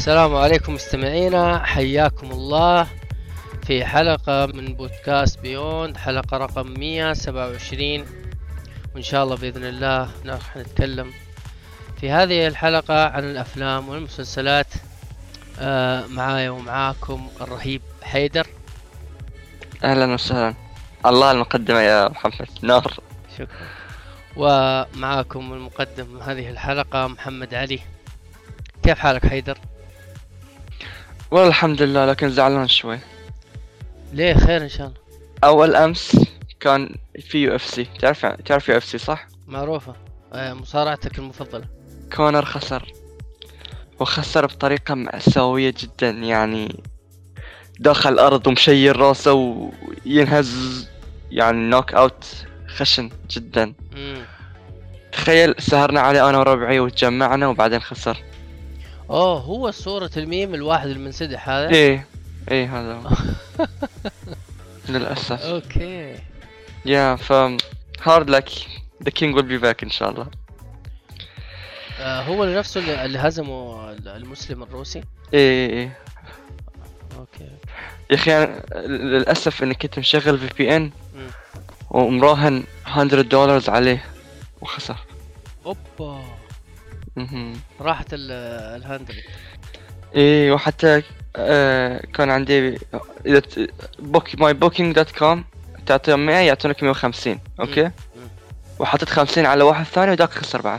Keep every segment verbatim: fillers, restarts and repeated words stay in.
السلام عليكم مستمعينا، حياكم الله في حلقة من بودكاست بيوند، حلقة رقم مية وسبعة وعشرين، وإن شاء الله بإذن الله راح نتكلم في هذه الحلقة عن الأفلام والمسلسلات. آه معايا ومعاكم الرهيب حيدر. اهلا وسهلا. الله المقدمة يا محمد نار. شكرا. ومعاكم المقدم هذه الحلقة محمد علي. كيف حالك حيدر؟ والله الحمد لله، لكن زعلان شوي. ليه؟ خير إن شاء الله. اول امس كان في يو اف سي. تعرف تعرف يو اف سي صح؟ معروفة. آه مصارعتك المفضلة. كونر خسر، وخسر بطريقة مأساوية جدا، يعني داخل الارض ومشير راسه وينهز، يعني نوك اوت خشن جدا. مم. تخيل سهرنا عليه انا وربعي وتجمعنا وبعدين خسر. اوه، هو صورة الميم الواحد المنسدح هذا؟ ايه ايه هذا هو. للاسف. اوكي. يا ف هارد لك the king will be back ان شاء الله. آه هو نفسه اللي, اللي هزمه المسلم الروسي. ايه ايه اوكي. يا اخي أنا للاسف اني كنت مشغل في بي ان مم. ومراهن مية دولار عليه وخسر. اوبا، مهم. راحت الهاندل. ايه وحتى آه كان عندي اذا بوك ماي بوكينج دوت كوم تعطيهم مية يعطونك مية وخمسين. اوكي. مم. وحطيت خمسين على واحد ثاني وذاك خسر بعد.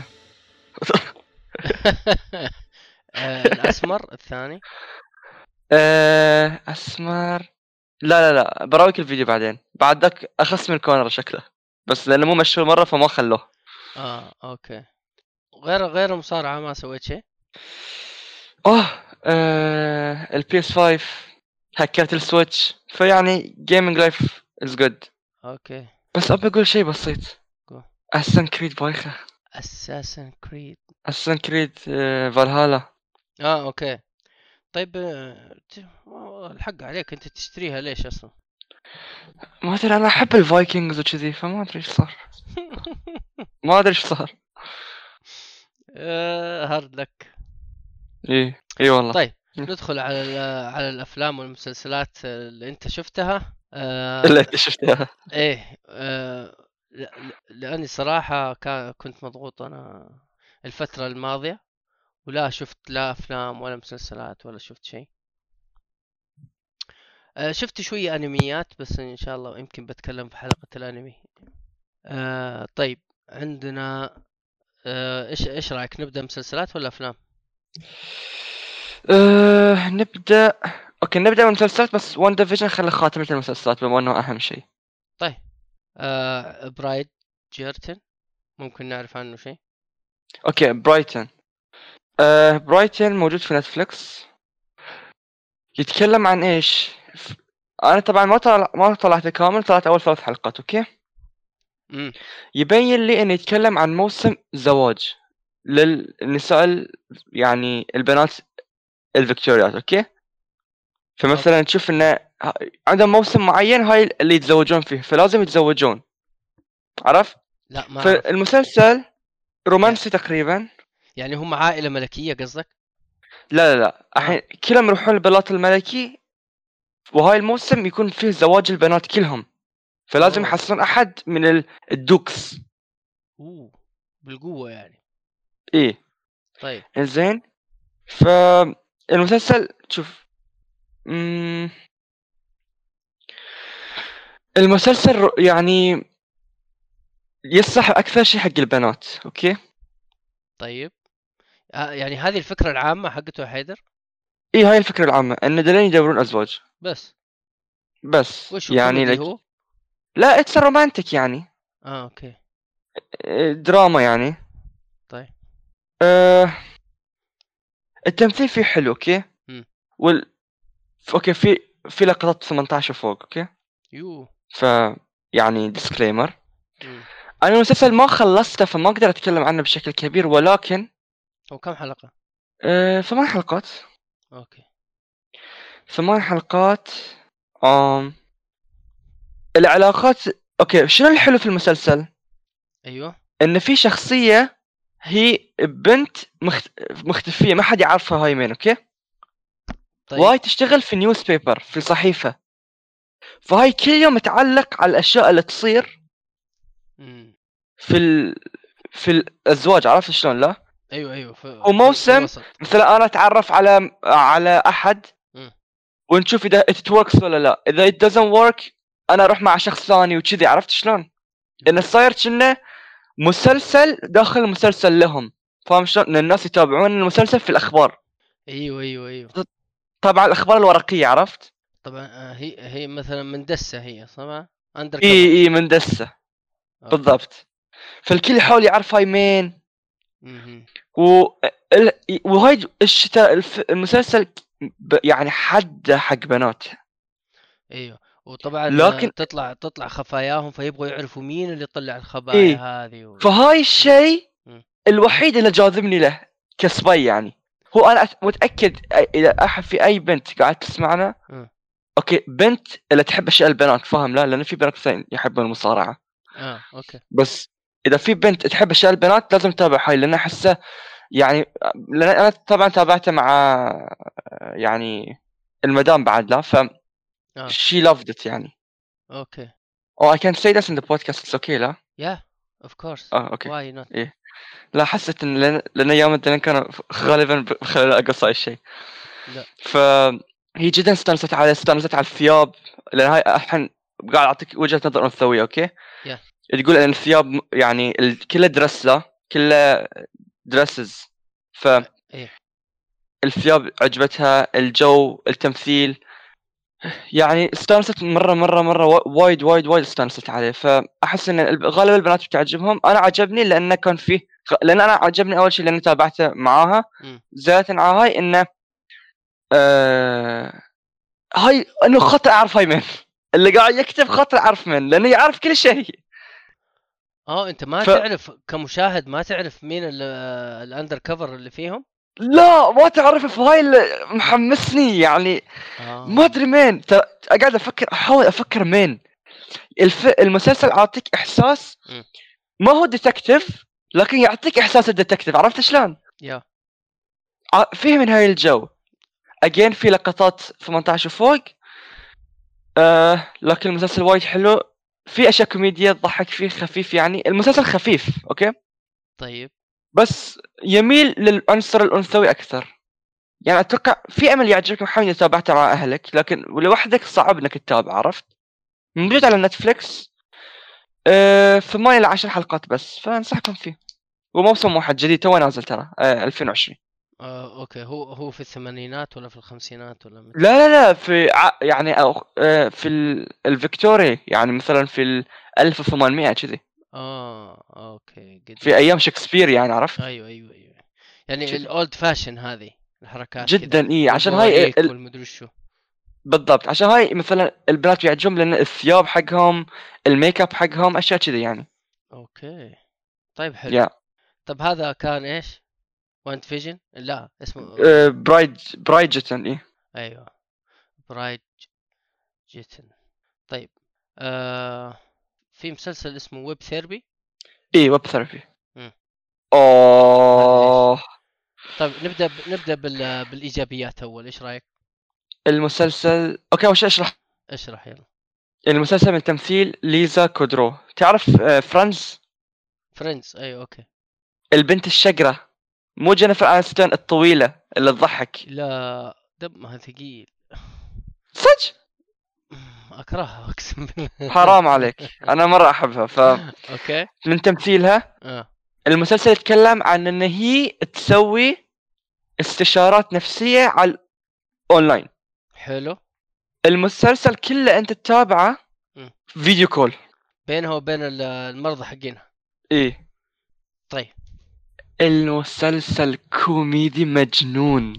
آه الاسمر الثاني. آه اسمر. لا لا لا براويك الفيديو بعدين. بعد ذاك اخس من كونر شكله، بس لانه مو مشهور مره فما خلوه. اه اوكي. غير غير المصارعة ما سويت شيء؟ اوه آه البي اس خمسة هكرت السويتش، فيعني جيمنج لايف از جود. اوكي. بس ابي اقول شيء بسيط. Go. اساسن كريد بايخه. اساسن كريد. اساسن كريد آه فالهالا. اه اوكي. طيب آه، ت- آه، الحق عليك، انت تشتريها ليش اصلا؟ ما ادري، انا احب الفايكنجز وكذي، فما ادري ايش صار. ما ادري ايش صار. آه هارد لك. ايه اي والله. طيب ندخل على ال- على الافلام والمسلسلات اللي انت شفتها. الا آه انت شفتها. ايه آه ل- ل- لاني صراحة كان كنت مضغوط انا الفترة الماضية، ولا شفت لا افلام ولا مسلسلات ولا شفت شيء. آه شفت شوية انميات، بس ان شاء الله يمكن بتكلم في حلقة الانمي. آه طيب عندنا آه، ايش ايش رايك نبدا مسلسلات ولا افلام؟ أه نبدا. اوكي نبدا من المسلسلات، بس وان ديفيجن خلي خاتمة المسلسلات بما انه اهم شيء. طيب آه برايد جيرتن، ممكن نعرف عنه شيء؟ اوكي برايتن. أه برايتن موجود في نتفليكس. يتكلم عن ايش؟ ف- انا طبعا ما طلع ما طلعت كامل، طلعت اول ثلاث حلقات. اوكي. امم يبين لي انه يتكلم عن موسم زواج للنساء ال- يعني البنات الفيكتوريات. اوكي. فمثلا تشوف انه ه- عندهم موسم معين هاي اللي يتزوجون فيه، فلازم يتزوجون. عرفت؟ لا ما اعرف. فالمسلسل رومانسي تقريبا. يعني هم عائله ملكيه قصدك؟ لا لا لا آه. الحين كلهم يروحون البلاط الملكي، وهاي الموسم يكون فيه زواج البنات كلهم، فلازم أوه. يحصلون احد من ال- الدوكس. اوه بالقوه يعني. ايه طيب زين. فالمسلسل شوف مم... المسلسل ر- يعني يصح اكثر شيء حق البنات. اوكي. طيب آه يعني هذه الفكره العامه حقته يا حيدر؟ ايه هاي الفكرة العامة، ان دلين يدورون ازواج بس بس. وش يعني كوميدي لك... هو؟ لا اتس رومانتك يعني. اه اوكي. آه، دراما يعني. طيب أه... التمثيل فيه حلو. اوكي. امم وال اوكي في في لقطات ثمانية عشر فوق. اوكي. يو ف يعني ديسكليمر، مم. انا المسلسل ما خلصته فما اقدر اتكلم عنه بشكل كبير، ولكن هو كم حلقه؟ أه... ثمان حلقات. اوكي. ثمان حلقات. أم... العلاقات. اوكي شنو الحلو في المسلسل؟ ايوه. ان في شخصية هي بنت مخت... مختفية، ما حد يعرفها هاي مين. اوكي. طيب. وهاي تشتغل في نيوز بيبر في صحيفة، فهاي كل يوم تعلق على الأشياء اللي تصير مم. في ال... في الأزواج، عرفت شلون لا؟ ايوه ايوه في, في, في وموسم الوسط. مثلا أنا أتعرف على على أحد مم. ونشوف إذا it works ولا لا، إذا it doesn't work أنا أروح مع شخص ثاني وكذي، عرفت شلون؟ إنه صاير كأنه مسلسل داخل مسلسل لهم، فاهم شلون؟ إن الناس يتابعون المسلسل في الأخبار. ايوه ايوه ايوه طبعا الأخبار الورقية، عرفت؟ طبعا. آه، هي هي مثلا مندسة هي صح؟ اندر إي كفر. إي من دسة بالضبط. فالكل يحاول يعرف هاي مين، مهم. و ال... وهاي الشتاء الف... المسلسل ب... يعني حد حق بنات، ايوه. وطبعا لكن تطلع تطلع خفاياهم، فيبغوا يعرفوا مين اللي طلع الخبايا إيه هذه و... فهاي الشيء مم. الوحيد اللي جاذبني له كصبي يعني. هو أنا أت- متأكد أ- إذا أحد في أي بنت قاعد تسمعنا، مم. أوكي بنت اللي تحب أشياء البنات، فاهم لا؟ لأن في بنات مثلا يحبون المصارعة، اه اوكي. بس إذا في بنت تحب أشياء البنات لازم تتابع هاي، لأن أحسه يعني، لأن أنا طبعا تابعته مع يعني المدام بعد لا، ف اه she loved it يعني. اوكي. oh I can say this in the podcast it's okay لا؟ yeah of course اه اوكي why not. ايه. لا حسيت ان لان لان يوم الدين كانوا غالبا خلال اقص هاي الشيء، لا فهي جدا استانست على استانست على الثياب، لان هاي الحين قاعد اعطيك وجهه نظر انثويه اوكي. yeah تقول ان الثياب م- يعني ال- كله درس لا، كله درسز، ايه فالثياب عجبتها، الجو، التمثيل، يعني استانست مره مره مره وا- وايد وايد وايد استانست عليه. فاحس ان الب- غالبا البنات بتعجبهم. انا عجبني لانه كان فيه غ- لان انا عجبني اول شيء لاني تابعته معاها، مم. زائدا على هاي انه آه هاي انه خطر اعرف هاي من اللي قاعد يكتب، خطر اعرف من، لانه يعرف كل شيء. اه انت ما ف تعرف كمشاهد، ما تعرف مين ال- الاندر كفر اللي فيهم. لا ما تعرف، فهاي اللي محمسني يعني. ما اه ادري مين، ت- قاعد افكر احاول افكر مين. الف... المسلسل عاطيك احساس مم. ما هو ديتكتيف، لكن يعطيك احساس الديتكتيف، عرفت شلون؟ يا ع- فيه من هاي الجو. اجين في لقطات ثمانية عشر وفوق، آه لكن المسلسل وايد حلو، في اشياء كوميديا تضحك فيه، خفيف يعني، المسلسل خفيف اوكي، طيب. بس يميل للعنصر الانثوي اكثر. يعني اتوقع في امل يعجبك محمد اذا تابعته مع اهلك، لكن لوحدك صعب انك تتابع، عرفت؟ موجود على نتفليكس، آه ثمانية إلى عشر حلقات بس، فانصحكم فيه. وموسم واحد جديد تو نازل ترى، آه ألفين وعشرين. آه اوكي. هو هو في الثمانينات ولا في الخمسينات ولا متى؟ لا لا لا في ع... يعني أو... آه في ال... الفيكتوري، يعني مثلا في ال ألف وثمانمائة كذي، اه اوكي في قديم. ايام شكسبير يعني، عرفت؟ ايوه ايوه ايوه يعني كذي الاولد فاشن هذه الحركات كذا، جدا اي، عشان هاي والبواريك ال... والمدري شو. بالضبط، عشان هاي مثلا البنات بيعجبهم لان الثياب حقهم، الميك اب حقهم، اشياء كذي يعني. اوكي طيب حلو. يا طب هذا كان ايش؟ وانت فيجن؟ لا اسمه آه برايد برايد جدا اي. ايوه برايد جيتن. طيب آه في مسلسل اسمه ويب ثيربي. اي ويب ثيرابي. مم. اوه طيب نبدا ب... نبدا بال... بالايجابيات اول، ايش رايك؟ المسلسل اوكي، اول شيء اشرح. اشرح يلا. المسلسل من تمثيل ليزا كودرو، تعرف آه فرانز؟ فريندز ايوه اوكي. البنت الشقرة، مو جينيفر انستون الطويلة اللي تضحك. لا دمها ثقيل. صدق اكرهها اقسم بالله. حرام عليك، انا مرة احبها. ف اوكي. من تمثيلها، اه المسلسل يتكلم عن ان هي تسوي استشارات نفسية على الاونلاين. حلو. المسلسل كله انت تتابعه مم. فيديو كول بينها وبين ال- المرضى حقينها. ايه. طيب المسلسل كوميدي مجنون.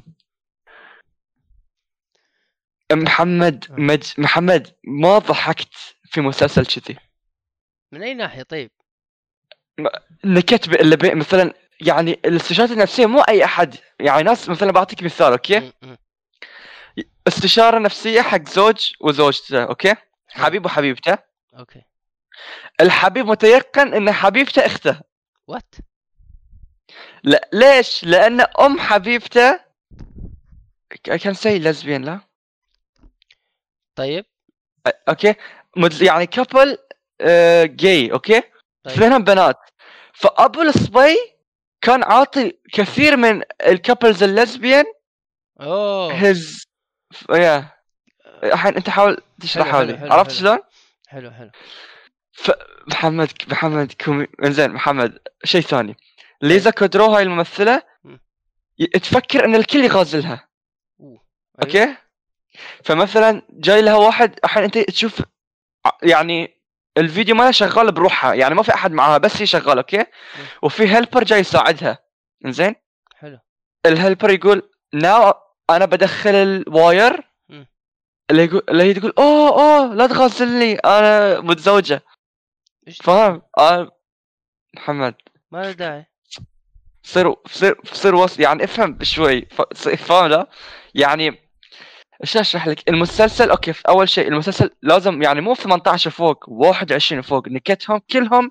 محمد آه. مج... محمد ما ضحكت في مسلسل كذي. من اي ناحيه طيب؟ نكت اللي بي... مثلا يعني الاستشارات النفسية مو اي احد، يعني ناس مثلا بعطيك مثال اوكي، مم، مم. استشارة نفسية حق زوج وزوجته اوكي، حلو. حبيب وحبيبته. اوكي. الحبيب متيقن ان حبيبته اخته. وات؟ لا ليش؟ لان ام حبيبته I can say lesbian لا طيب أ- اوكي مد- يعني كابل جاي اوكي طيب اثنينهم بنات. فابو الصبي كان عاطي كثير من الكابلز اللزبيان اوه هز يا الحين انت حاول حلو تشرحها حلو لي، حلو عرفت حلو شلون؟ حلو حلو فمحمد محمد كومي انزين محمد شيء ثاني. طيب ليزا كودرو هاي الممثله مم. ي- تفكر ان الكل يغازلها اوه ايوه اوكي. فمثلا جاي لها واحد الحين انت تشوف ع- يعني الفيديو مالها شغال بروحها، يعني ما في احد معاها بس هي شغاله اوكي. مم. وفي هيلبر جاي يساعدها انزين. حلو الهيلبر يقول ناو انا بدخل الواير مم. اللي يقول اللي هي تقول اوه اوه لا تغازلني انا متزوجه. ايش فاهم آه محمد ما له داعي. صير صير صير وص يعني افهم بشوي ف- ص- فاهم لا يعني ايش اشرح لك المسلسل اوكي. في اول شيء المسلسل لازم يعني مو ثمانية عشر فوق واحد وعشرين فوق نكتهم كلهم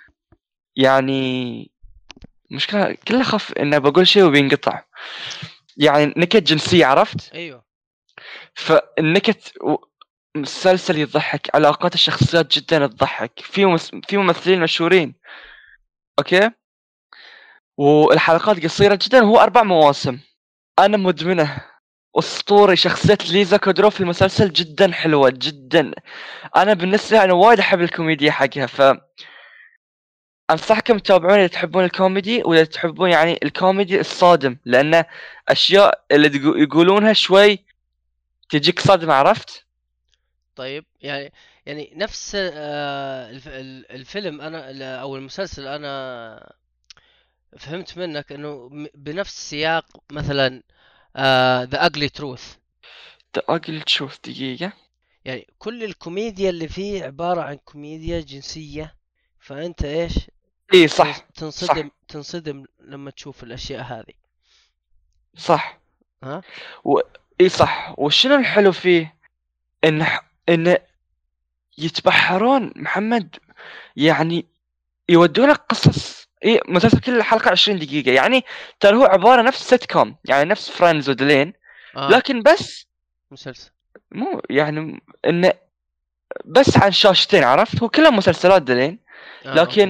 يعني مشكلة كله خف انه بقول شيء وبينقطع يعني نكت جنسية عرفت. ايوه فالنكت و- مسلسل يضحك، علاقات الشخصيات جدا تضحك، في مس... في ممثلين مشهورين اوكي. والحلقات قصيرة جدا، هو اربع مواسم. انا مدمنه اسطوري. شخصية ليزا كودرو في المسلسل جدا حلوة جدا. انا بالنسبة لي انا وايد احب الكوميديا حقها. ف انصحكم تتابعون اذا تحبون الكوميدي واذا تحبون يعني الكوميدي الصادم، لان اشياء اللي تقو- يقولونها شوي تجيك صدمة عرفت. طيب يعني يعني نفس آه، الف- ال- الفيلم انا ال- او المسلسل انا فهمت منك انه م- بنفس سياق مثلا ذا اجلي تروث. اقل تشوف دقيقة. يعني كل الكوميديا اللي فيه عبارة عن كوميديا جنسية، فانت ايش اي تنص- صح تنصدم صح تنصدم لما تشوف الاشياء هذه. صح ها و... اي صح. وشنو الحلو فيه انه انه يتبحرون محمد، يعني يودونك قصص. اي مسلسل كل حلقة عشرين دقيقة يعني ترى هو عبارة نفس سيت كوم يعني نفس فريندز ودلين، اه لكن بس مسلسل مو يعني انه بس عن شاشتين عرفت. هو كلها مسلسلات دلين، اه اوكي. لكن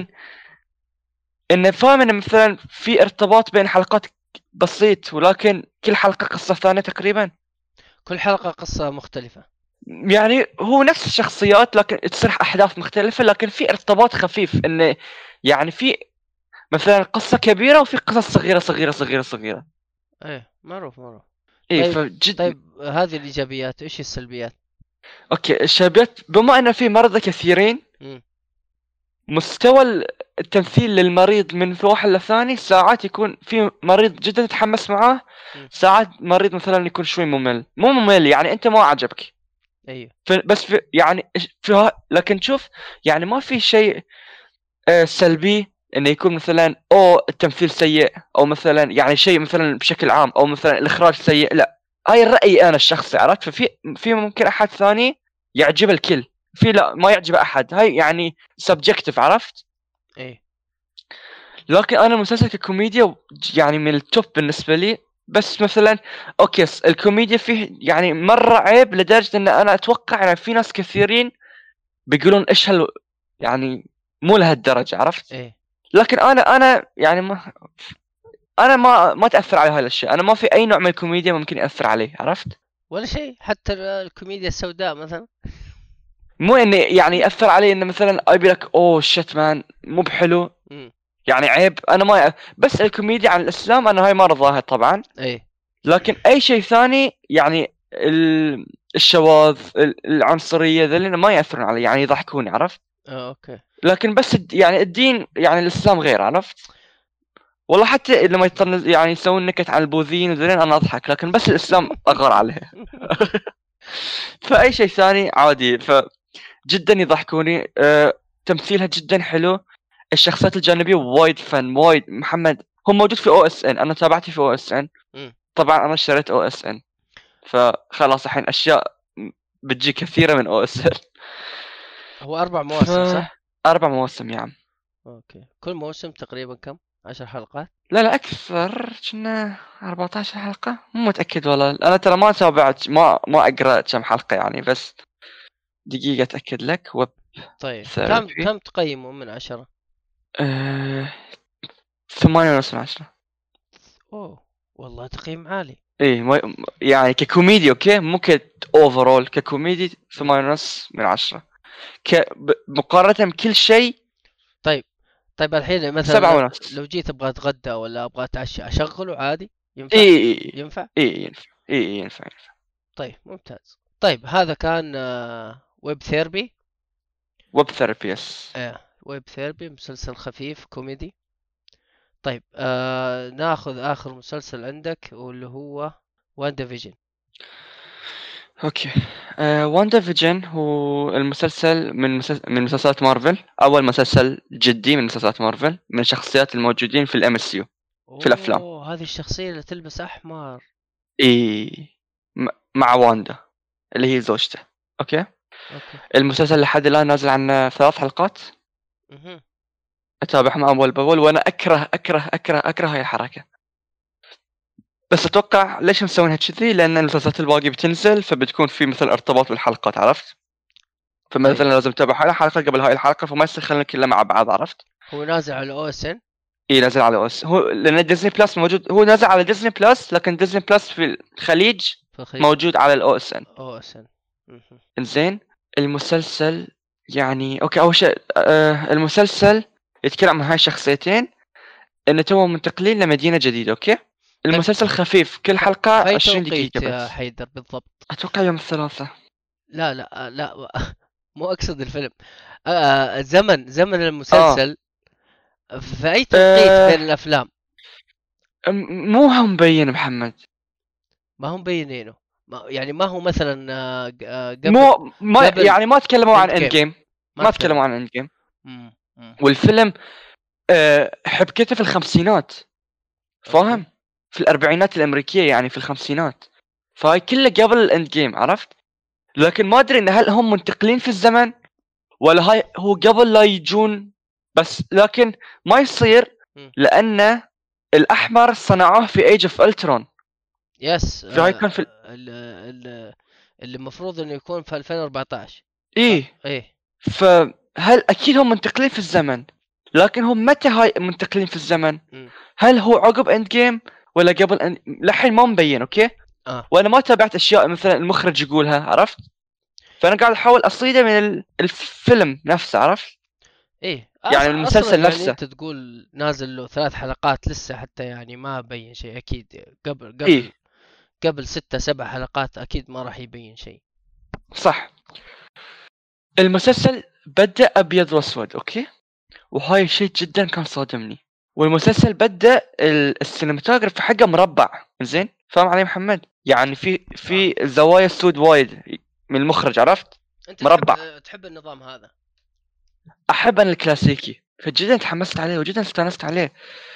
انه فاهم انه مثلا في ارتباط بين حلقات بسيط، ولكن كل حلقة قصة ثانية تقريبا. كل حلقة قصة مختلفة. يعني هو نفس الشخصيات لكن تصير احداث مختلفة، لكن في ارتباط خفيف انه يعني في مثلا قصة كبيرة وفي قصص صغيرة صغيرة صغيرة صغيرة. ايه معروف معروف. ايه طيب فجد. طيب هذه الإيجابيات، إيش السلبيات؟ اوكي الشابات بما انه في مرضى كثيرين، مم. مستوى التمثيل للمريض من واحد لثاني. ساعات يكون في مريض جدا تتحمس معاه، مم. ساعات مريض مثلا يكون شوي ممل. مو ممل يعني انت ما عجبك أيوه ف- بس في يعني إيش- في ها- لكن شوف يعني ما في شيء آه، سلبي انه يكون مثلا او التمثيل سيء او مثلا يعني شيء مثلا بشكل عام او مثلا الاخراج سيء. لا هاي الرأي انا الشخصي عرفت. ففي في ممكن احد ثاني يعجب الكل، في لا ما يعجب احد. هاي يعني سبجكتيف عرفت. أيه. لكن انا المسلسل ككوميديا يعني من التوب بالنسبه لي. بس مثلا اوكي س- الكوميديا فيه يعني مره عيب لدرجه ان انا اتوقع ان في ناس كثيرين بيقولون ايش هال يعني مو لهالدرجه عرفت. أيه. لكن انا انا يعني ما انا ما ما تاثر على هاي الاشياء. انا ما في اي نوع من الكوميديا ممكن ياثر علي عرفت. ولا شيء حتى ال- الكوميديا السوداء مثلا. مو اني يعني ياثر علي انه مثلا ابي لك اوه شت مان مو بحلو مم. يعني عيب. انا ما ي... بس الكوميديا عن الاسلام انا هاي ما رضاها طبعا. أيه. لكن اي شيء ثاني يعني ال... الشواذ ال- العنصريه ذلين ما ياثرون علي يعني يضحكوني عرفت. اه اوكي. لكن بس الد... يعني الدين يعني الاسلام غير عرفت. والله حتى لما يطنز يعني يسوون نكت على البوذيين وذلين انا اضحك، لكن بس الاسلام اغار عليه. فاي شيء ثاني عادي. فجدا يضحكوني. أه... تمثيلها جدا حلو. الشخصيات الجانبيه وايد فن وايد محمد. هو موجود في او اس ان، انا تابعته في او اس ان. مم. طبعا انا اشتريت او اس ان فخلاص الحين اشياء بتجي كثيره من او اس ان. هو أربع مواسم صح؟ اربع مواسم يا عم. اوكي. كل موسم تقريبا كم؟ عشر حلقات؟ لا لا اكثر، كنا أربعة عشر حلقة، مو متأكد والله. انا ترى ما تابعت، ما ما اقرا كم حلقة يعني، بس دقيقة اتأكد لك. ويب طيب كم ثيرابي كم تقيمه من عشرة؟ أه... ثمانية ونص من عشرة. اوه والله تقييم عالي. ايه ما... يعني ككوميدي اوكي، مو كاوفرول، ككوميدي ثمانية ونص من عشرة. ك... ب... مقارنة بكل شيء طيب طيب الحين سبعة مثلا ونص. لو جيت ابغى اتغدى ولا ابغى اتعشى اشغله عادي ينفع؟ ايه ايه ينفع. ايه إيه، ينفع. ايه إيه، ينفع ينفع. طيب ممتاز. طيب هذا كان ويب ثيربي. ويب ثيرابي يس. آه ويب ثيربي مسلسل خفيف كوميدي. طيب آه ناخذ اخر مسلسل عندك واللي هو وان فيجن. اوكي. آه، واندا فيجن هو المسلسل من مسلسل من مسلسلات مارفل، اول مسلسل جدي من مسلسلات مارفل، من الشخصيات الموجودين في الام اس يو في الافلام. اوه هذه الشخصية اللي تلبس احمر. اي م- مع واندا اللي هي زوجته. اوكي. اوكي. المسلسل لحد الان نازل عنه ثلاث حلقات. اها. اتابعهم اول باول، وانا اكره اكره اكره اكره هاي الحركه. بس اتوقع ليش مسوينها كذي، لان المسلسلات الباقي بتنزل، فبتكون في مثل ارتباط بالحلقات، عرفت؟ فمثلا طيب لازم تتابع هاي الحلقه قبل هاي الحلقه، فما يصير خلينا كلها مع بعض، عرفت؟ هو نازل على او اس ان. اي نازل على اوس، هو لان ديزني بلس موجود، هو نازل على ديزني بلس، لكن ديزني بلس في الخليج في الخليج موجود على الاو اس ان. او اس ان. انزين. المسلسل يعني اوكي، اول شيء آه المسلسل يتكلم عن هاي الشخصيتين ان توهم منتقلين لمدينه جديده. اوكي. طيب المسلسل خفيف، كل ف... حلقه في أي عشرين توقيت دقيقه يا بس. حيدر بالضبط؟ اتوقع يوم الثلاثاء. لا لا لا مو أقصد الفيلم. آه زمن زمن اه, المسلسل في أي توقيت آه بين الأفلام؟ م- مو هم مبين محمد. ما هم مبينينه. ما يعني ما هو مثلا آه ج- آه قبل مو ما قبل يعني ما تكلموا عن اند اند جيم. جيم. ما ما تكلموا تكلم. عن اند جيم. مم. مم. والفيلم آه حبكته في الخمسينات، اوكي. فاهم؟ في الاربعينات الامريكيه يعني في الخمسينات، فهاي كله قبل الاند جيم، عرفت؟ لكن ما ادري ان هل هم منتقلين في الزمن ولا هاي هو قبل لا يجون. بس لكن ما يصير، مم. لان الاحمر صنعوه في ايج اوف الترون. يس في هاي آه كان في ال- ال- ال- اللي المفروض انه يكون في ألفين وأربعتاشر. صح ايه. ايه. فهل اكيد هم منتقلين في الزمن، لكن هم متى هاي منتقلين في الزمن؟ مم. هل هو عقب اند جيم ولا قبل أند... لحين ما مبين. اوكي. اه وانا ما تابعت اشياء مثلا المخرج يقولها، عرفت؟ فانا قاعد احاول اصيده من ال- الفيلم نفسه، عرفت؟ ايه يعني أص... اصلا المسلسل يعني نفسه. انت تقول نازل له ثلاث حلقات لسه حتى يعني ما بين شيء اكيد. قبل قبل ايه قبل ستة سبع حلقات اكيد ما راح يبين شيء. صح. المسلسل بدأ ابيض واسود. اوكي. وهاي الشيء جدا كان صادمني. والمسلسل بدأ ال- السينماتوجراف حقه مربع. زين فاهم علي محمد؟ يعني في في زوايا السود وايد من المخرج، عرفت؟ انت مربع. تحب تحب النظام هذا؟ احب انا الكلاسيكي، فجدا تحمست عليه وجدا استانست عليه،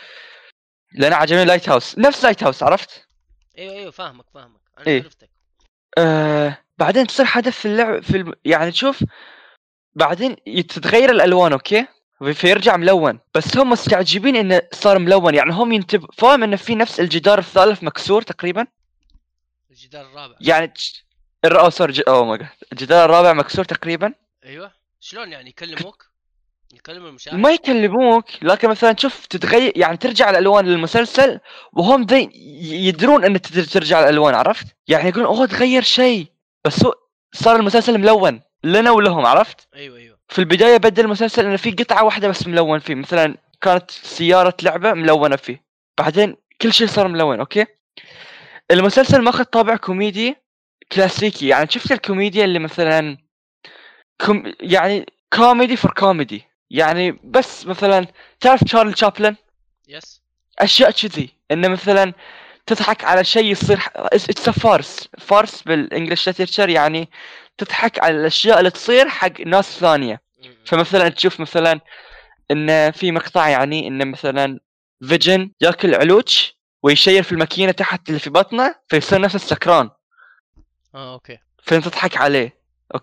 لان عجبني لايت هاوس، نفس لايت هاوس، عرفت؟ ايوه ايوه فاهمك فاهمك انا ايه. عرفتك. آه بعدين تصير حدث في اللعب في الم... يعني تشوف بعدين تتغير الالوان. اوكي. فيرجع ملون، بس هم مستعجبين انه صار ملون، يعني هم ينتبه، فاهم انه في نفس الجدار الثالث مكسور تقريبا. الجدار الرابع. يعني تش- الر... أو سوري ج... اوه ماي جاد، الجدار الرابع مكسور تقريبا. ايوه شلون يعني يكلموك؟ يكلم المشاهد؟ ما يكلموك، لكن مثلا تشوف تتغير، يعني ترجع الالوان للمسلسل وهم ذي يدرون ان تت- ترجع الالوان، عرفت؟ يعني يقولون اوه تغير شيء، بس هو صار المسلسل ملون لنا ولهم، عرفت؟ ايوه ايوه. في البدايه بدل المسلسل انه في قطعه واحده بس ملون فيه، مثلا كانت سياره لعبه ملونه فيه، بعدين كل شيء صار ملون. اوكي. المسلسل ماخذ طابع كوميدي كلاسيكي، يعني شفت الكوميديا اللي مثلا كوم... يعني كوميدي فور كوميدي، يعني بس مثلا تعرف تشارلي تشابلن، يس. اشياء كذي، انه مثلا تضحك على شيء يصير اتس فارس فارس بالانجلش ليترشر، يعني تضحك على الاشياء اللي تصير حق ناس ثانيه. م- فمثلا تشوف مثلا ان في مقطع يعني ان مثلا فيجن ياكل علوش ويشير في الماكينه تحت اللي في بطنه، فيصير نفس السكران، اه اوكي. فانت تضحك عليه. اوكي. م-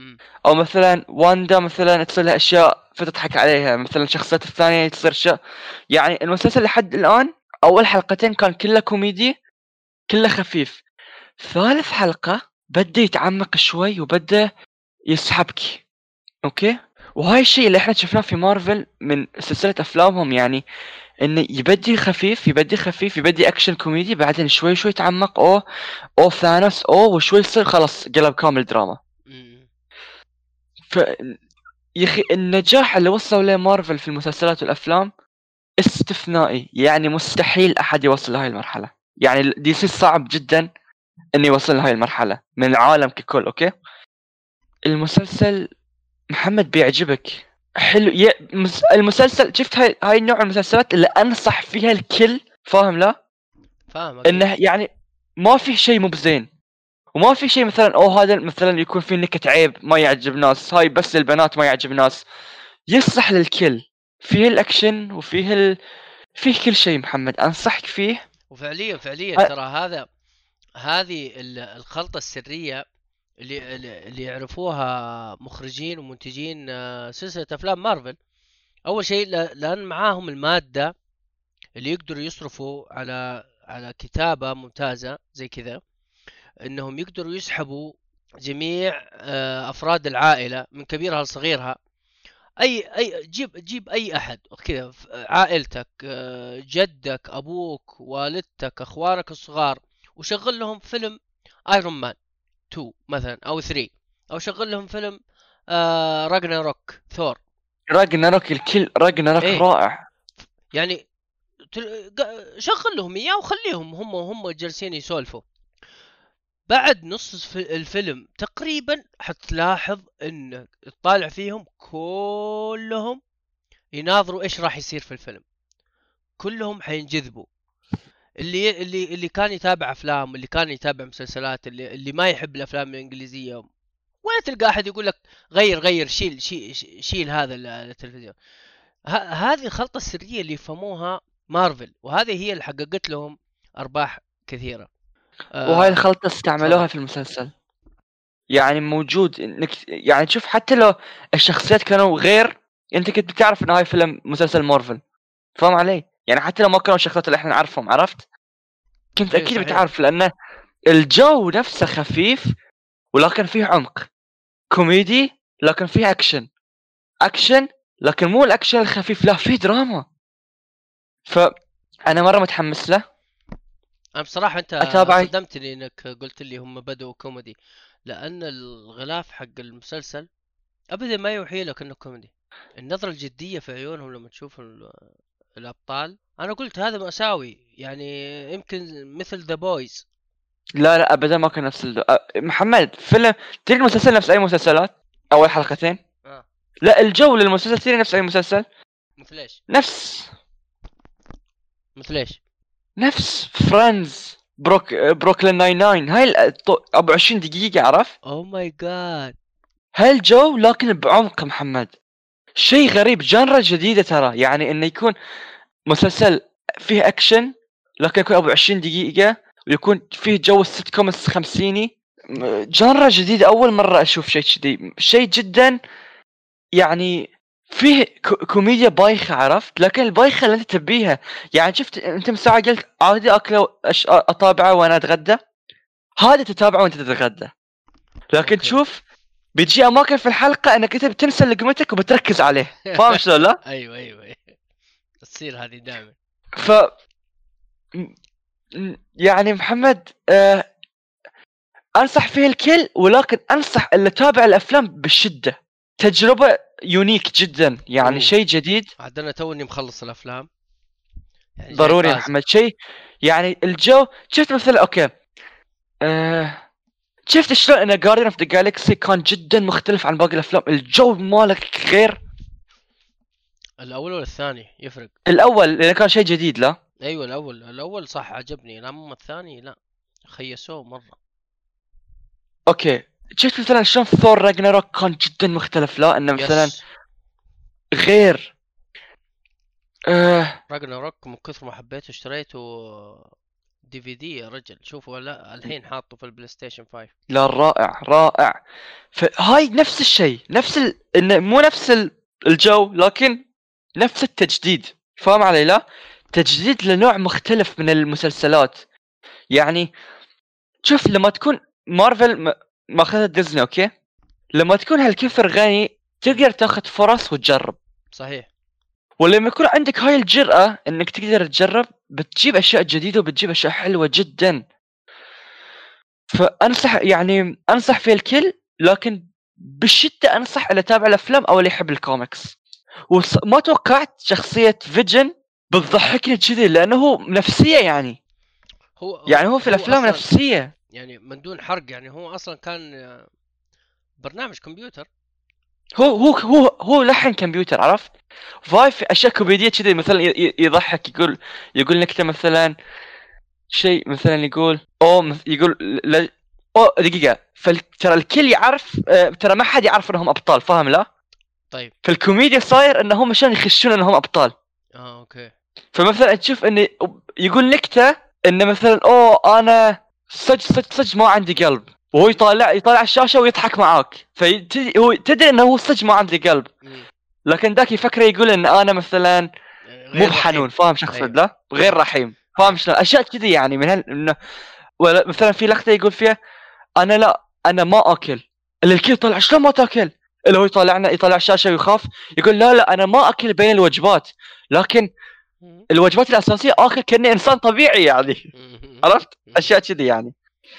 مم. او مثلا واندا مثلا تصير لها اشياء فتضحك عليها، مثلا الشخصيات الثانيه تصير اشياء. يعني المسلسل لحد الان اول حلقتين كان كله كوميدي، كله خفيف. ثالث حلقه بدا يتعمق شوي وبدا يسحبك. اوكي، وهاي الشيء اللي احنا شفناه في مارفل من سلسله افلامهم، يعني انه يبدي خفيف يبدي خفيف يبدي اكشن كوميدي، بعدين شوي شوي يتعمق، او او ثانوس، او وشوي يصير خلاص قلب كامل دراما. مم. ف يا اخي النجاح اللي وصلوا له مارفل في المسلسلات والافلام استثنائي، يعني مستحيل احد يوصل لهاي المرحله. يعني دي سي صعب جدا انه يوصل لهاي المرحله من العالم ككل. اوكي، المسلسل محمد بيعجبك، حلو. ي... مس... المسلسل شفت هاي هاي النوع من المسلسلات اللي انصح فيها الكل، فاهم؟ لا فاهم اكيد. انه يعني ما في شيء مو بزين، وما في شيء مثلا او هذا مثلا يكون في نكت عيب ما يعجب ناس، هاي بس للبنات ما يعجب ناس. يصلح للكل، فيه الاكشن وفيه ال... فيه كل شيء. محمد انصحك فيه. وفعليا فعليا ه... ترى هذا هذه ال- الخلطة السرية اللي اللي اللي يعرفوها مخرجين ومنتجين آه، سلسلة أفلام مارفل. أول شيء ل- لأن معاهم المادة اللي يقدروا يصرفوا على على كتابة ممتازة زي كذا، إنهم يقدروا يسحبوا جميع آه، أفراد العائلة من كبيرها لصغيرها. أي أي جيب جيب أي أحد كذا، ف- عائلتك، آه، جدك، أبوك، والدتك، أخوانك الصغار، وشغل لهم فيلم ايرون مان تو مثلا او ثري، او شغل لهم فيلم آه راجناروك ثور. راجناروك، الكل راجناروك ايه رائع. يعني تل- قا- شغل لهم اياه وخليهم هم هم جالسين يسولفوا. بعد نص الف- الفيلم تقريبا حتلاحظ ان تطالع فيهم كلهم يناظروا ايش راح يصير في الفيلم. كلهم حينجذبوا. اللي اللي اللي كان يتابع افلام، اللي كان يتابع مسلسلات، اللي اللي ما يحب الافلام الانجليزيه، ولا تلقى احد يقول لك غير غير شيل شيل شيل هذا ال- التلفزيون. ه- هذه الخلطة السرية اللي يفهموها مارفل، وهذه هي اللي حققت لهم ارباح كثيرة. وهاي آه، الخلطه تفضل. استعملوها في المسلسل، يعني موجود انك يعني تشوف حتى لو الشخصيات كانوا غير، انت كنت بتعرف ان هاي فيلم مسلسل مارفل، فاهم علي؟ يعني حتى لو ما كانوا الشخصيات اللي احنا نعرفهم، عرفت؟ كنت ايوه اكيد صحيح. بتعرف، لانه الجو نفسه خفيف ولكن فيه عمق، كوميدي لكن فيه اكشن، اكشن لكن مو الاكشن الخفيف، لا فيه دراما. فانا مره متحمس له. انا بصراحة انت اتابعه. صدمتني انك قلت لي هم بدأوا كوميدي، لان الغلاف حق المسلسل ابدا ما يوحي لك انه كوميدي. النظرة الجدية في عيونهم لما تشوف ال- الابطال، انا قلت هذا مأساوي يعني، يمكن مثل ذا بويز. لا لا ابدا ما كان نفس الدو... أ- محمد فيلم تلقى المسلسل نفس اي مسلسلات اول حلقتين. اه لا الجو للمسلسل تلقى نفس اي مسلسل، مثل ايش؟ نفس مثل ايش؟ نفس فريندز، بروك بروكلين ناين ناين، هاي ال- الط- ابو عشرين دقيقة، عرف؟ اوه ماي جاد. هاي الجو لكن بعمق محمد. شيء غريب، جانرا جديدة ترى، يعني انه يكون مسلسل فيه اكشن لكن يكون ابو عشرين دقيقة ويكون فيه جو السيت كوم الخمسيني. م- جانرا جديدة، اول مرة اشوف شيء كذي، شيء جدا يعني فيه كو- كوميديا بايخة، عرفت؟ لكن البايخة اللي انت تبيها. يعني شفت انت من ساعة قلت عادي اكله أش... اطابعه وانا اتغدى، هذا تتابعه وانت تتغدى. لكن اوكي. تشوف بتجي اماكن في الحلقة انك انت بتنسى لقمتك وبتركز عليه، فاهم شلون؟ لا ايوه ايوه ايوه، تصير هذه دائما. ف م- م- يعني محمد آه انصح فيه الكل، ولكن انصح اللي تابع الافلام بشدة. تجربة يونيك جدا، يعني اوه، شيء جديد. عاد انا توني مخلص الافلام، يعني جاي ضروري يا طازج. محمد شيء. يعني الجو شفت مثلا اوكي آه شفت شلون ان جارديان اوف ذا جالكسي كان جدا مختلف عن باقي الافلام، الجو مالك غير. الاول ولا الثاني يفرق؟ الاول لانه كان شيء جديد. لا ايوه الاول، الاول صح عجبني، اما الثاني لا، خيسوه مره. اوكي شفت مثلا شلون ثور راجناروك كان جدا مختلف، لا انه مثلا يس. غير. آه راجناروك من كثر ما حبيته اشتريته دي في دي يا رجل، شوفوا لا الحين حاطه في البلاي ستيشن خمسة. لا رائع رائع. فهاي نفس الشيء، نفس ال... إنه مو نفس ال- الجو، لكن نفس التجديد. فاهم علي؟ لا، تجديد لنوع مختلف من المسلسلات. يعني شوف، لما تكون مارفل م- ماخذها ديزني، اوكي، لما تكون هالكثر غني تقدر تاخذ فرص وتجرب. صحيح. ولما يكون عندك هاي الجرأة انك تقدر تجرب، بتجيب اشياء جديدة وبتجيب اشياء حلوة جدا. فانصح، يعني انصح في الكل، لكن بالشدة انصح اللي تابع الافلام او اللي يحب الكوميكس. وما توقعت شخصية فيجن بتضحكني كذي، لانه هو نفسية يعني. هو هو يعني هو في هو الافلام اصلا نفسية. يعني من دون حرق، يعني هو اصلا كان آه، برنامج كمبيوتر. هو هو هو هو لحن كمبيوتر، عرفت؟ فاي في اشياء كوميديه كذا، مثلا ي- ي- يضحك، يقول يقول نكته مثلا، شيء مثلا يقول او مث- يقول ل... او دقيقه، فال... ترى الكل يعرف، آه، ترى ما حد يعرف انهم ابطال، فاهم؟ لا، طيب. فالكوميديا صاير انهم عشان يخشون انهم ابطال. اه اوكي. فمثلا تشوف انه يقول نكته انه مثلا اوه انا صدق صدق صدق ما عندي قلب، وهو مم. يطالع يطالع الشاشه ويضحك معاك، فهو هو تدري انه هو صدق ما عنده قلب، مم. لكن ذاك يفكر يقول ان انا مثلا يعني مو غير بحنون، رحيم. فاهم شو اقصد؟ ايوه. لا، غير ايوه. رحيم، فاهم ايوه. شلون؟ اشياء كذي يعني من هال إنه، ولا مثلا في لقطه يقول فيها انا لا انا ما اكل، اللي الكل طلع شلون ما تاكل، اللي هو يطالعنا يطالع الشاشه ويخاف، يقول لا لا انا ما اكل بين الوجبات، لكن مم. الوجبات الاساسيه اكل كاني انسان طبيعي يعني. مم. عرفت؟ مم. اشياء كذي يعني.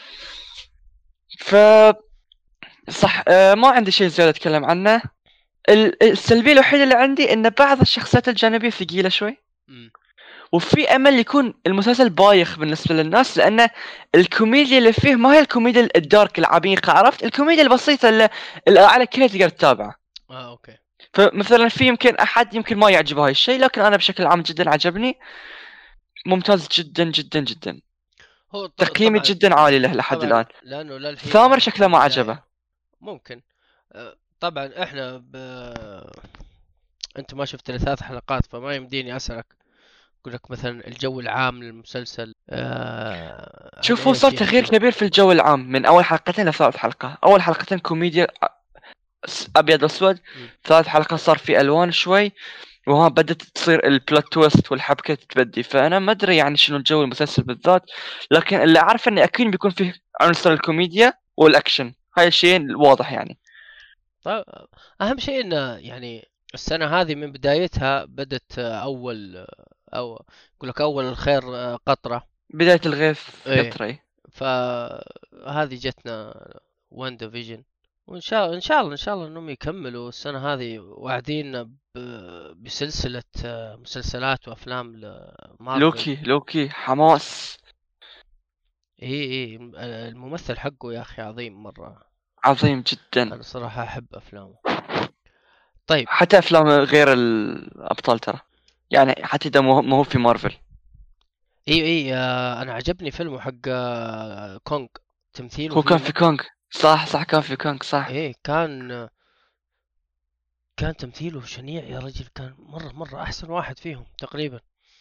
ف صح، آه، ما عندي شيء زياده اتكلم عنه. ال- السلبيه الوحيده اللي عندي ان بعض الشخصيات الجانبيه ثقيله شوي، مم. وفي امل يكون المسلسل بايخ بالنسبه للناس، لان الكوميديا اللي فيه ما هي الكوميديا الدارك العميقه، عرفت؟ الكوميديا البسيطه اللي العائله كلها تقدر تتابعها. اه اوكي. فمثلا في يمكن احد يمكن ما يعجبه هاي الشيء، لكن انا بشكل عام جدا عجبني، ممتاز جدا جدا جدا. هو ط- تقييمي طبعا. جدا عالي له لحد طبعا الان. لانه ثامر للحين في شكله ما البدايه. عجبه. ممكن. آه، طبعا احنا ب... انت ما شفت الثلاث حلقات فما يمديني اسالك، اقول لك مثلا الجو العام للمسلسل آه... عن شوف، هو صار ايش تغيير يحكي. كبير في الجو العام من اول حلقتين لثالث حلقه. اول حلقتين كوميديا س- ابيض واسود، مم. ثالث حلقه صار في الوان شوي، وها بدت تصير البلوت تويست والحبكه تتبدي. فانا ما ادري يعني شنو الجو المسلسل بالذات، لكن اللي اعرف انه اكيد بيكون فيه عنصر الكوميديا والاكشن، هاي الشيء واضح يعني. طيب. اهم شيء انه يعني السنه هذه من بدايتها بدت آه، اول آه، او يقول لك اول الخير آه، قطره. بدايه الغيث ايه. قطري. فهذه جتنا وان ديفيجن، وان شاء ان شاء الله ان شاء الله انهم يكملوا السنه هذه، واعدين ب- بسلسله آه، مسلسلات وافلام لمارفل. لوكي لوكي حماس. اي اي الممثل حقه يا اخي عظيم مره. عظيم جدا. انا صراحه احب افلامه. طيب. حتى افلام غير الابطال ترى، يعني حتى اذا مو مو هو في مارفل. اي اي آه، انا عجبني فيلمه حق آه، كونغ، تمثيله هو فيه كان في م... كونغ، صح صح، كان في كونغ صح. ايه كان كان تمثيله شنيع يا رجل، كان مرة مرة احسن واحد فيهم تقريبا.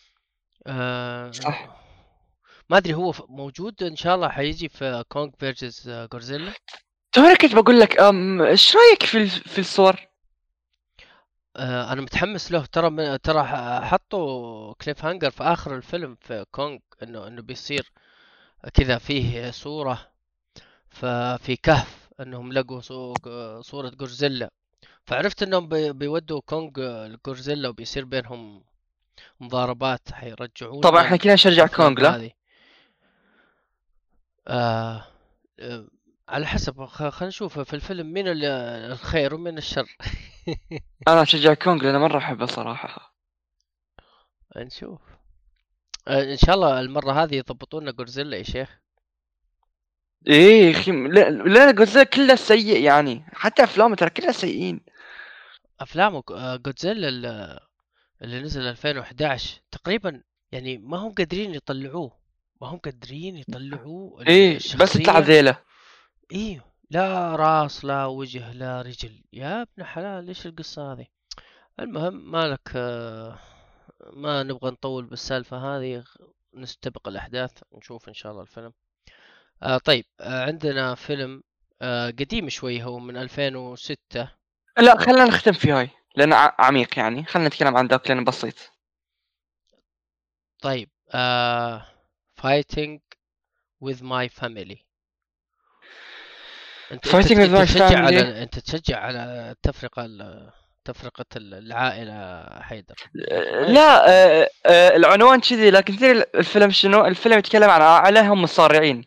صح. آه... ما ادري هو ف- موجود ان شاء الله حيجي في كونغ فيرجز جورزيلا. توني كنت بقول لك، أم ايش رايك في ال- في الصور؟ آه... انا متحمس له، ترى من... ترى ح- حطوا كليف هانجر في اخر الفيلم في كونغ انه انه بيصير كذا فيه صورة ففي كهف انهم لقوا صو- صورة جورزيلا، فعرفت انهم بي- بيودوا كونغ لجورزيلا وبيصير بينهم مضاربات، حيرجعوا طبعا لنا احنا ال- كنا نشجع الافلام كونغ، لا. هذه. آه آه على حسب خ- خلينا نشوف في الفيلم مين ال- الخير ومين الشر. انا اشجع كونغ لان مره احبه صراحه. نشوف. آه ان شاء الله المرة هذه يضبطوا لنا جورزيلا يا شيخ. ايه يا اخي، لا لا، جوزيلا كله سيء يعني، حتى افلامه ترى كلها سيئين. افلامه آه، جودزيلا ال- اللي نزل ألفين وأحد عشر تقريبا، يعني ما هم قادرين يطلعوه، ما هم قادرين يطلعوه ال- ايه بس يطلع الشخصية. ذيله. ايه. لا راس لا وجه لا رجل، يا ابن حلال ايش القصة هذه. المهم مالك آه، ما نبغى نطول بالسالفة هذه. نستبق الأحداث ونشوف إن شاء الله الفيلم. آه طيب، آه عندنا فيلم آه قديم شوي، هو من ألفين وستة. لا خلينا نختم في هاي لأنه ع- عميق يعني، خلينا نتكلم عن ذاك لأنه بسيط. طيب، آه Fighting with my family. انت انت Fighting with انت my تشجع family. على انت تشجع على التفرقة ال- تفرقة ال- العائلة حيدر، لكن آه، ما يصير لا كذا. آه، آه، العنوان كذي، لكن تدري الفيلم شنو؟ الفيلم يتكلم عن عائلة هم مصارعين.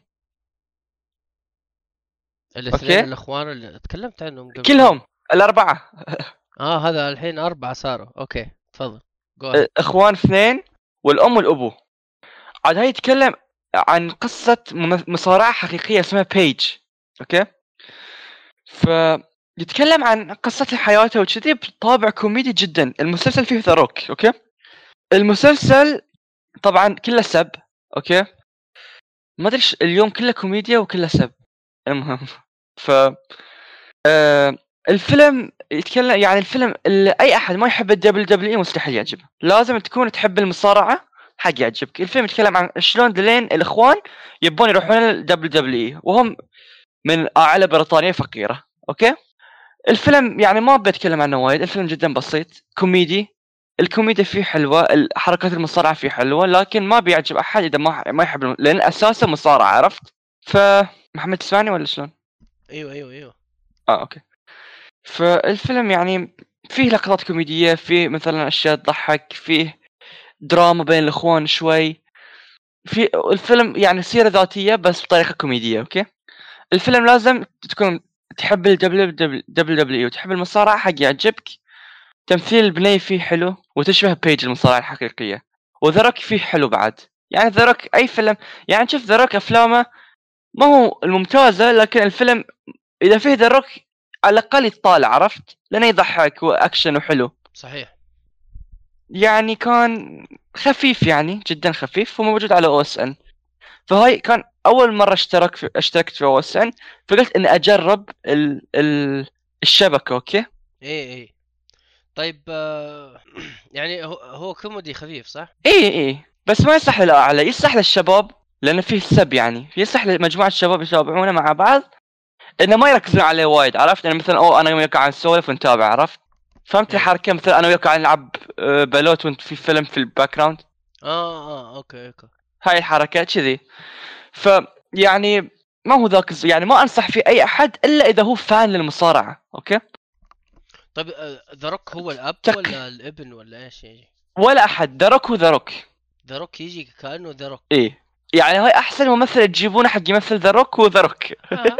الاثنين أوكي، الاخوان اللي تكلمت عنهم قبل شوي. كلهم الأربعة. اه هذا الحين اربعة صاروا. اوكي تفضل، جو آه، اهيد. إخوان اثنين والأم والأبو. عاد هاي يتكلم عن قصة مم- مصارعة حقيقية اسمها بيج. أوكي، فيتكلم عن قصة حياته وكذي بطابع كوميدي جدا. المسلسل فيه ذا روك. أوكي، المسلسل طبعا كله سب. أوكي، ما ادري إيش- اليوم كله كوميديا وكله سب. المهم ف آه الفيلم يتكلم يعني الفيلم اللي اي احد ما يحب الدبليو دبليو اي مستحيل يعجبه، لازم تكون تحب المصارعه حق يعجبك. الفيلم يتكلم عن شلون دلين الاخوان يبون يروحون الدبليو دبليو اي وهم من عائله بريطانيه فقيره. اوكي، الفيلم يعني ما بتكلم عنه وايد، الفيلم جدا بسيط كوميدي. الكوميديا فيه حلوه، حركات المصارعه فيه حلوه، لكن ما بيعجب احد اذا ما ما يحب الم... لان اساسا مصارعه، عرفت؟ فمحمد تسمعني ولا شلون؟ ايوه ايوه ايوه. اه اوكي. فالفيلم يعني فيه لقطات كوميدية، فيه مثلا أشياء تضحك، فيه دراما بين الإخوان شوي. في الفيلم يعني سيرة ذاتية بس بطريقة كوميدية. أوكي، الفيلم لازم تكون تحب ال دبليو دبليو إي وتحب المصارعة حق يعجبك. تمثيل البنية فيه حلو وتشبه بيج المصارعة الحقيقية. وذرك فيه حلو بعد، يعني ذرك أي فيلم، يعني شوف ذرك أفلامه ما هو الممتازة، لكن الفيلم إذا فيه ذرك على الأقل يتطالع، عرفت؟ لأنه يضحك وأكشن وحلو. صحيح. يعني كان خفيف، يعني جدا خفيف، وموجود على او اس ان. فهاي كان اول مره اشترك في اشتركت في او اس ان، فقلت اني اجرب ال... ال... الشبكه. اوكي، ايه ايه. طيب، آه يعني هو هو كوميدي خفيف صح؟ اي اي، بس ما يصح للاعلى، يصح للشباب لانه فيه سب، يعني يصح لمجموعه شباب يتابعونه مع بعض، انه ما يركزون عليه وايد، عرفت؟ يعني مثلا او انا وياك قاعد نسولف ونتابع، عرفت؟ فهمت ايه. الحركه؟ مثلا انا وياك قاعد نلعب آه، بلوت وانت في فيلم في الباك جراوند. اه اه اوكي اوكي. هاي الحركه كذي. ف يعني ما هو ذاك الز- يعني ما انصح فيه اي احد الا اذا هو فان للمصارعه. اوكي، طيب، ذا روك هو الاب تق ولا الابن ولا ايش يجي؟ ولا احد، ذرك وذرك. ذا روك يجي كأنه ذا روك. ايه، يعني هاي احسن ممثل تجيبونه حق يمثل ذرك وذرك. اه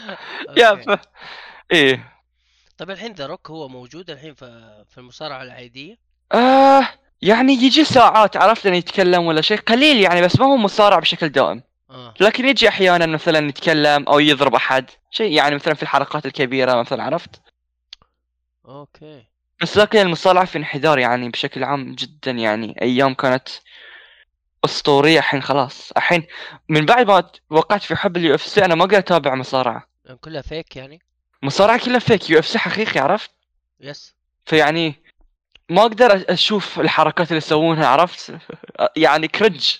يا اوكي. ف... ايه. طيب الحين ذا روك هو موجود الحين في في المصارعة العادية؟ آه يعني يجي ساعات، عرفت، انه يتكلم ولا شيء قليل يعني، بس ما هو مصارع بشكل دائم. اه لكن يجي احيانا مثلا يتكلم او يضرب احد شيء، يعني مثلا في الحلقات الكبيره مثلا، عرفت؟ اوكي. بس لكن المصارعه في انحدار يعني بشكل عام جدا، يعني ايام كانت اسطوريه، الحين خلاص. الحين من بعد ما وقعت في حب اليو اف سي انا ما قاعد اتابع مصارعه. يعني كلها فيك يعني؟ مصارعه كلها فيك، يو اف سي حقيقي، عرفت؟ يس. فيعني ما اقدر اشوف الحركات اللي يسوونها، عرفت؟ يعني كرنج.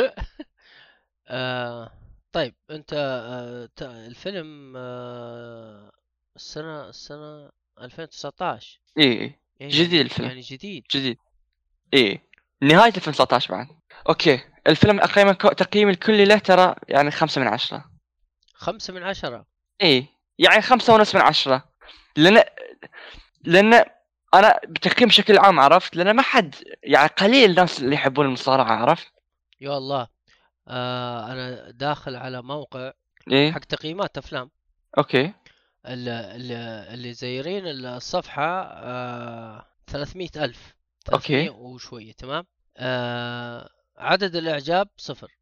آه طيب انت، آه ت- الفيلم آه السنة السنة ألفين وتسعطعش. ايه ايه جديد يعني الفيلم، يعني جديد. جديد. ايه نهايه ألفين وتسعطعش بعد. اوكي، الفيلم اقيمه ك- تقييم الكلي له ترى يعني خمسة من عشرة. خمسة من عشرة؟ ايه يعني خمسة ونص من عشرة. لان لان انا بتقييم بشكل عام، عرفت؟ لان ما حد يعني قليل الناس اللي يحبون المصارعه، عرفت؟ يا الله. آه انا داخل على موقع ايه حق تقييمات افلام. اوكي اللي, اللي, اللي زايرين الصفحة آه ثلاثمية ألف، اوكي. ثلاثمية وشوية. تمام. آه عدد الإعجاب صفر.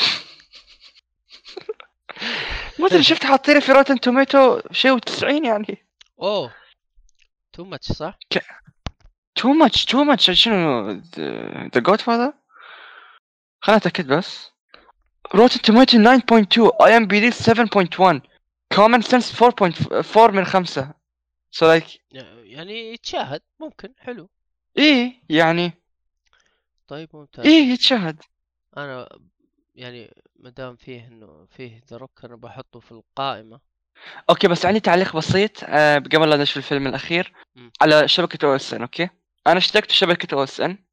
ما ادري، شفت حاطين في روتن توميتو شيء و90 يعني. أوه، تو ماتش صح؟ تو ماتش تو ماتش شنو؟ ذا جود فاذر. خلنا اتاكد بس. روتن توميتو تسعة فاصلة اثنين، اي ام بي دي سبعة فاصلة واحد، كومن سنس أربعة فاصلة أربعة من خمسة. سو لايك يعني يتشاهد، ممكن حلو. ايه يعني طيب ممتاز. ايه يتشاهد. انا يعني ما دام فيه انه فيه ذا روك انا بحطه في القائمة. اوكي بس عندي تعليق بسيط آه قبل لا نشوف الفيلم الاخير مم. على شبكه او اس ان. اوكي انا اشتركت في شبكه او اس ان.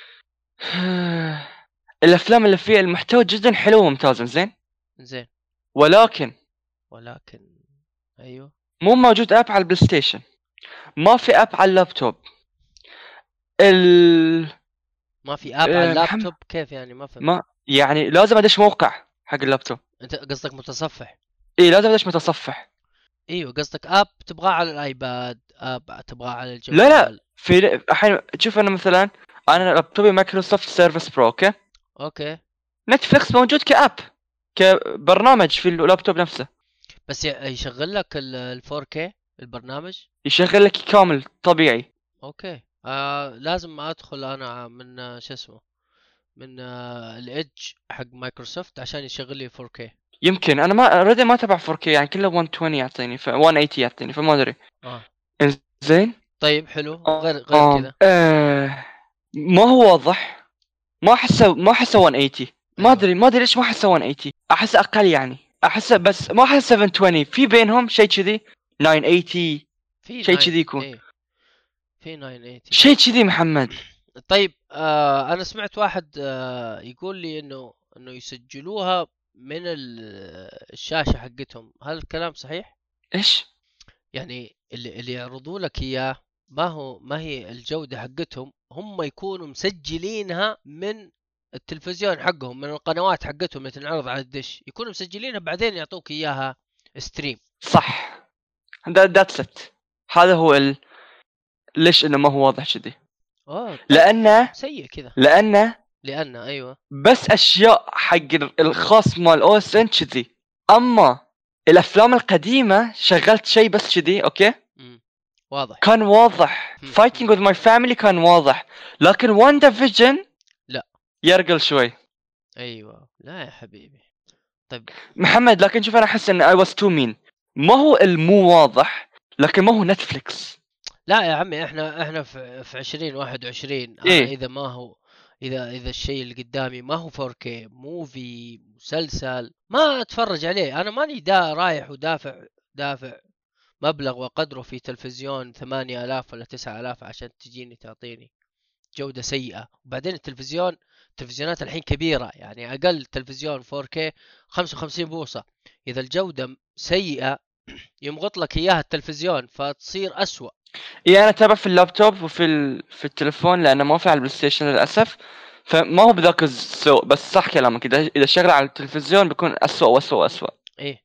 الافلام اللي فيها المحتوى جدا حلو وممتاز زين، زين. ولكن ولكن ايوه. مو موجود اب على البلاي ستيشن، ما في اب على اللابتوب. ال ما في اب على آه، محمد اللابتوب كيف يعني؟ ما فهمت. ما يعني لازم ادش موقع حق اللابتوب. انت قصدك متصفح؟ اي لازم ادش متصفح. ايوه قصدك اب تبغاه على الايباد، اب تبغاه على لا لا الجوال. في الحين تشوف انا مثلا انا لابتوبي مايكروسوفت سيرفيس برو. اوكي اوكي. نتفلكس موجود كاب كبرنامج في اللابتوب نفسه، بس ي- يشغل لك ال فور كيه البرنامج؟ يشغل لك كامل طبيعي. اوكي. آه لازم ادخل انا من آه، شو اسمه، من آه الايدج حق مايكروسوفت عشان يشغل لي فور كيه. يمكن انا ما اوريدي ما تبع فور كيه يعني كله مية وعشرين يعطيني ف مية وثمانين يعطيني فما ادري. اه زين طيب حلو. غير غير آه. كذا. آه. ما هو واضح، ما احسه ما احسه مية وثمانين. ما ايوه ادري ما ادري ليش ما احسه مية وثمانين، احس اقل يعني، احسه بس ما احس سبعمية وعشرين في بينهم شيء كذي تسعمية وثمانين في شيء تسعة. كذي يكون ايه في تسعمية وثمانين. شيء كذي محمد. طيب آه انا سمعت واحد آه يقول لي انه انه يسجلوها من ال- الشاشة حقتهم، هل الكلام صحيح؟ ايش؟ يعني اللي اللي يعرضوا لك اياه ما هو ما هي الجودة حقتهم، هم يكونوا مسجلينها من التلفزيون حقهم، من القنوات حقتهم اللي تنعرض على الدش، يكونوا مسجلينها بعدين يعطوك اياها ستريم. صح ذاتس ات. هذا هو ال... ليش انه ما هو واضح كذي؟ اوه طيب لانه سيء كذا. لانه لان ايوه. بس اشياء حق الخاص مال او اس ان كذي، اما الافلام القديمه شغلت شيء بس كذي. اوكي امم واضح. كان واضح. مم. فايتنج وذ ماي فاميلي كان واضح، لكن واندا فيجن لا يرقل شوي. ايوه لا يا حبيبي. طيب محمد لكن شوف انا احس ان اي واز تو مين، ما هو المو واضح لكن ما هو نتفليكس. لا يا عمي، احنا احنا في في عشرين واحد وعشرين. انا ايه اذا ما هو، اذا اذا الشيء اللي قدامي ما هو فور كيه موفي مسلسل ما اتفرج عليه. انا ماني دا رايح ودافع دافع مبلغ وقدره في تلفزيون ثمانية آلاف ولا تسعة آلاف عشان تجيني تعطيني جودة سيئة. وبعدين التلفزيون، التلفزيونات الحين كبيرة، يعني اقل تلفزيون فور كيه خمسة وخمسين بوصة. اذا الجودة سيئة يمغط لك اياها التلفزيون فتصير اسوأ. ايه انا تابع في اللابتوب وفي ال... في التليفون لانه ما في على البلاي ستيشن للاسف، فما هو بذاك السوء. بس صح كلامك، اذا اذا شغله على التلفزيون بيكون اسوء واسوء واسوء. ايه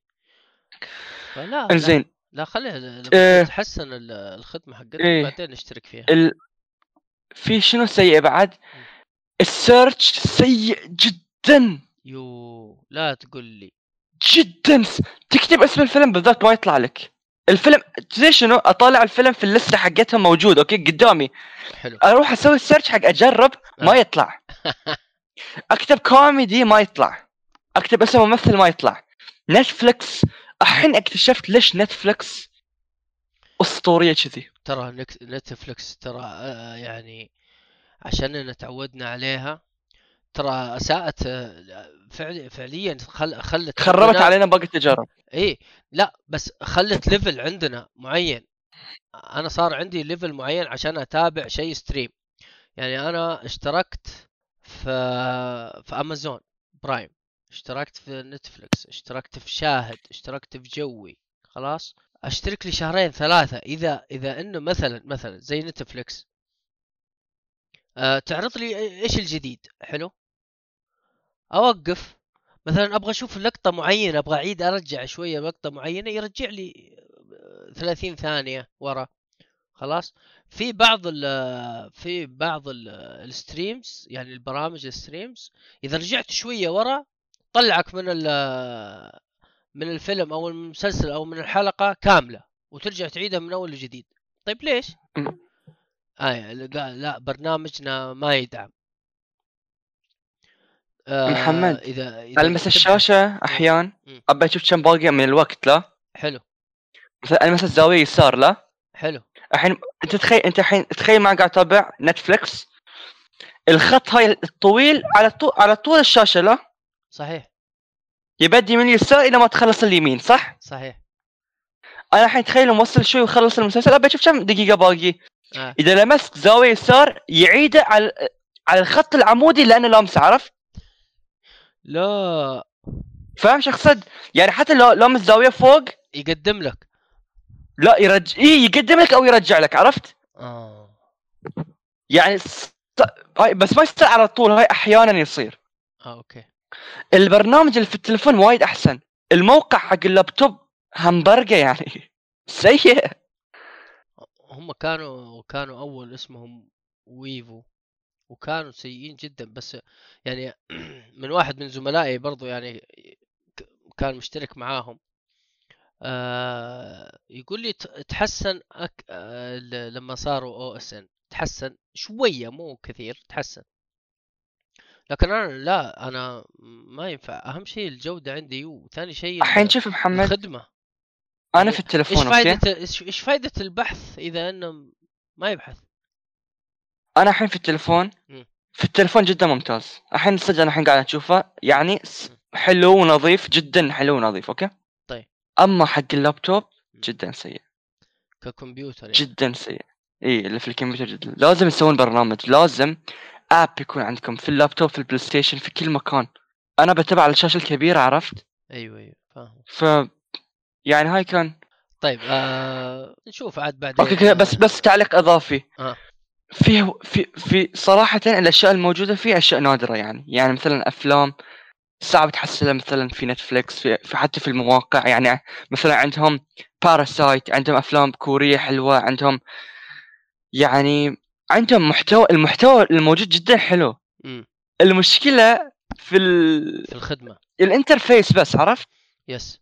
فلا لا انزين لا خليها لما اه تتحسن ال- الخدمة حقتك ايه بعدين نشترك فيها. ال... في شنو سيء بعد؟ م. السيرش سيء جدا يو لا تقول لي. جدا. تكتب اسم الفيلم بالذات ما يطلع لك الفيلم. تدري شنو؟ اطالع الفيلم في اللسته حقتهم موجود اوكي قدامي، حلو. اروح اسوي سيرش حق اجرب ما آه. يطلع. اكتب كوميدي ما يطلع، اكتب اسم ممثل ما يطلع. نتفلكس الحين اكتشفت ليش نتفلكس اسطوريه كذي. ترى نك- نتفلكس ترى آه يعني عشاننا تعودنا عليها، ترى ساءت آه، فعل فعليا خل خلت خربت عندنا. علينا باقي التجارب. ايه لا بس خلت ليفل عندنا معين. انا صار عندي ليفل معين عشان اتابع شيء ستريم. يعني انا اشتركت في في امازون برايم، اشتركت في نتفلكس، اشتركت في شاهد، اشتركت في جوي. خلاص اشترك لي شهرين ثلاثة. اذا اذا انه مثلا مثلا زي نتفلكس أه تعرض لي ايش الجديد حلو، اوقف مثلا ابغى اشوف لقطة معينة، ابغى اعيد ارجع شوية لقطة معينة، يرجع لي ثلاثين ثانية ورا. خلاص. في بعض ال في بعض ال- الستريمز، يعني البرامج الستريمز، اذا رجعت شويه ورا طلعك من ال- من الفيلم او المسلسل او من الحلقه كامله وترجع تعيدها من اول وجديد. طيب ليش؟ م. آه قال لا برنامجنا ما يدعم. آه محمد اذا اذا المس تبحث. الشاشه مم. احيان مم. ابى اشوف كم باقي من الوقت. لا حلو مثلا المس الزاويه يسار. لا حلو. الحين انت تخيل، انت الحين تخيل ما قاعد اتابع نتفلكس الخط هاي الطويل على طول على طول الشاشه، لا صحيح يبدي من اليسار الى ما تخلص اليمين، صح؟ صحيح. انا الحين تخيل موصل شوي وخلص المسلسل، ابى اشوف كم دقيقه باقي. آه. اذا لمست زاويه يسار يعيده على على الخط العمودي لانه لامسه، عرفت؟ لا فاهم شو اقصد؟ يعني حتى لو لامس زاويه فوق يقدم لك. لا يرجع، اي يقدم لك او يرجع لك، عرفت؟ اه يعني س... هاي بس ما يصير على طول، هاي احيانا يصير. اه اوكي. البرنامج اللي في التلفون وايد احسن، الموقع حق اللابتوب همبرقه يعني سيء. هم كانوا كانوا اول اسمهم ويفو، وكانوا سيئين جدا. بس يعني من واحد من زملائي برضو يعني ك- كان مشترك معاهم، آه يقول لي ت- تحسن أك... آه ل- لما صاروا او اس ان تحسن شوية مو كثير تحسن. لكن انا لا، انا ما ينفع. اهم شيء الجودة عندي، وثاني شيء الحين ال- شوف محمد، الخدمة. انا يعني في ايش التلفون اوكي، فائدة ايش إيش فائدة البحث اذا انه ما يبحث؟ انا الحين في التلفون، مم. في التلفون جدا ممتاز. الحين صدق انا الحين قاعد اشوفه يعني س- مم. حلو ونظيف، جدا حلو ونظيف اوكي. طيب. اما حق اللابتوب مم. جدا سيء، ككمبيوتر يعني. جدا سيء. اي اللي في الكمبيوتر جدا. لازم يسوون برنامج، لازم اب يكون عندكم في اللابتوب، في البلاي ستيشن، في كل مكان. انا بتابع على الشاشه الكبيره، عرفت؟ ايوه ايوه فاهم. ف يعني هاي كان طيب آه نشوف عاد اوكي بعدين. كذا. بس بس تعليق اضافي، اه فيه في في صراحه الاشياء الموجوده فيه اشياء نادره، يعني يعني مثلا افلام صعب تحصلها مثلا في نتفليكس، في, في حتى في المواقع. يعني مثلا عندهم باراسايت، عندهم افلام كوريه حلوه، عندهم يعني عندهم محتوى، المحتوى الموجود جدا حلو. امم المشكله في ال... في الخدمة. الانترفيس بس، عرفت؟ يس.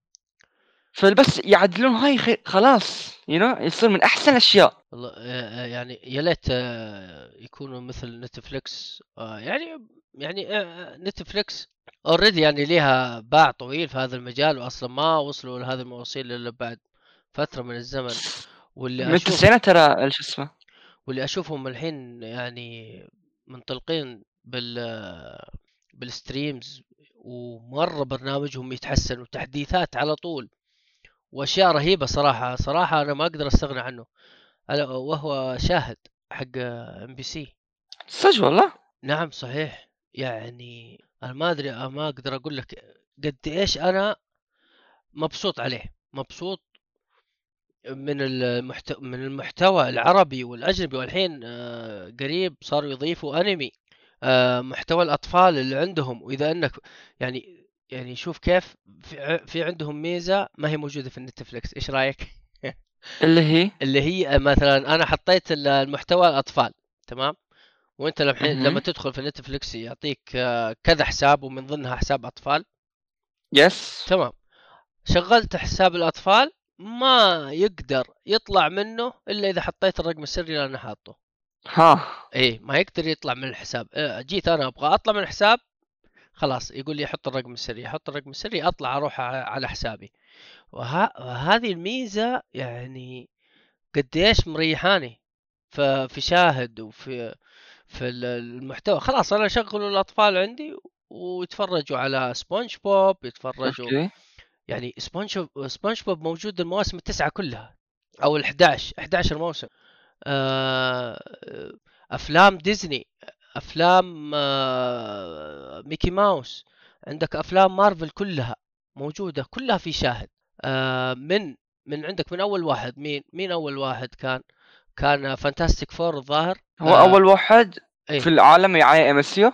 فبس يعدلون هاي خي... خلاص يو you know, يصير من احسن الاشياء. والله آه آه، يعني يا ليت آه يكونوا مثل نتفليكس. آه يعني يعني آه نتفليكس اوريدي يعني ليها باع طويل في هذا المجال، واصلا ما وصلوا لهذه المواصيل الا بعد فترة من الزمن. واللي من اشوف التسعينات ترى شو اسمه. واللي اشوفهم الحين يعني منطلقين بال بالستريمز، ومرة برنامجهم يتحسن وتحديثات على طول واشياء رهيبة. صراحة صراحة انا ما اقدر استغنى عنه، ألا وهو شاهد حق ام بي سي. صدق والله. نعم صحيح. يعني انا ما ادري، ما اقدر اقول لك قد ايش انا مبسوط عليه. مبسوط من المحتوى من المحتوى العربي والاجنبي. والحين آه، قريب صاروا يضيفوا انمي، آه، محتوى الاطفال اللي عندهم. واذا انك يعني يعني شوف كيف في ع- في عندهم ميزة ما هي موجودة في النتفليكس. ايش رايك؟ اللي هي اللي هي مثلا انا حطيت ال- المحتوى الاطفال، تمام؟ وانت لما لما مهم. تدخل في نتفليكس يعطيك آه، كذا حساب ومن ضمنها حساب اطفال، يس. تمام؟ شغلت حساب الاطفال ما يقدر يطلع منه الا اذا حطيت الرقم السري اللي انا حاطه. ها. ايه ما يقدر يطلع من الحساب. إيه جيت انا ابغى اطلع من الحساب، خلاص يقول لي حط الرقم السري، احط الرقم السري اطلع اروح ع- على حسابي. وه... وهذه الميزة يعني قديش مريحاني. ففي شاهد وفي في ال- المحتوى. خلاص انا اشغل الاطفال عندي ويتفرجوا على سبونج بوب، يتفرجوا. اوكي. يعني سبونج سبونج بوب موجود المواسم التسعة كلها او ال11 11 موسم. آه، افلام ديزني، افلام آه، ميكي ماوس، عندك افلام مارفل كلها موجودة كلها في شاهد. آه، من من عندك من اول واحد. مين مين اول واحد كان كان فانتاستيك فور الظاهر. هو آه اول واحد في ايه العالم يعاي ام اس يو.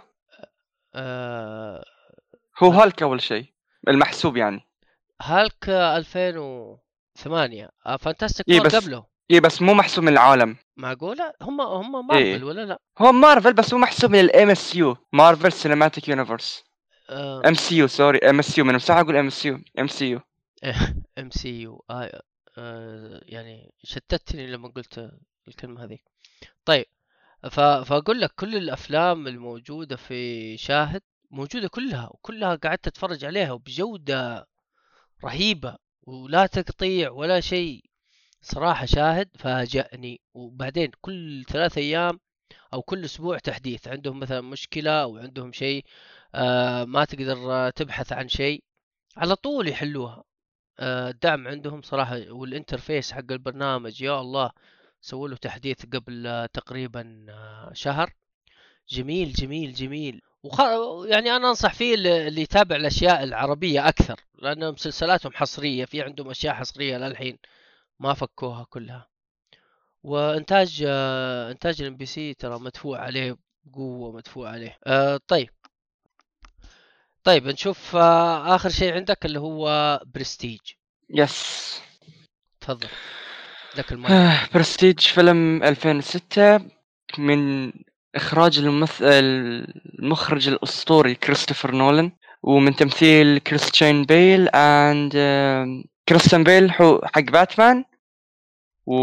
آه هو هالك اول شيء المحسوب يعني. هالك ألفين وثمانية. آه فانتاستيك اي فور بس قبله. اي بس مو محسوب من العالم. معقولة هم هم مارفل اي ولا لا؟ هو مارفل بس مو محسوب من الام اس يو، مارفل سينماتيك يونيفرس. آه ام سي يو سوري، ام اس يو من مساحه اقول ام اس يو، ام سي يو. ام سي يو. آه آه يعني شتتني لما قلت الكلمة هذه. طيب ف... فأقول لك كل الأفلام الموجودة في شاهد موجودة كلها، وكلها قعدت أتفرج عليها وبجودة رهيبة ولا تقطيع ولا شيء. صراحة شاهد فاجأني. وبعدين كل ثلاث أيام او كل اسبوع تحديث. عندهم مثلا مشكلة او عندهم شيء آه ما تقدر آه، تبحث عن شيء، على طول يحلوها. آه الدعم عندهم صراحة، والانترفيس حق البرنامج يا الله، سووا له تحديث قبل آه، تقريبا آه، شهر. جميل جميل جميل. وخ... يعني انا انصح فيه اللي اللي يتابع الاشياء العربية اكثر، لان مسلسلاتهم حصرية، في عندهم اشياء حصرية للحين ما فكوها كلها. وانتاج آه، انتاج الام بي سي ترى مدفوع عليه بقوة، مدفوع عليه. آه طيب. طيب نشوف آه اخر شيء عندك اللي هو برستيج. يس. تفضل، لك المايك. برستيج فيلم ألفين وستة من إخراج الممثل المخرج الأسطوري كريستوفر نولان، ومن تمثيل كريستيان بيل اند كريستيان بيل حق باتمان، و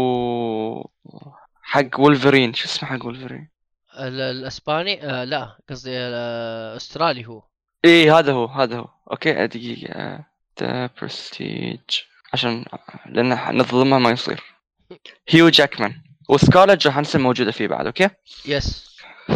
حق وولفرين. شو اسمه حق وولفرين؟ ال- الاسباني آه لا قصدي آه استرالي هو. ايه هذا هو هذا هو اوكي دقيقة. ذا برستيج عشان لأن نظلمها ما يصير. هيو جاكمان وسكارلت جوهانسون موجودة فيه بعد. اوكي يس.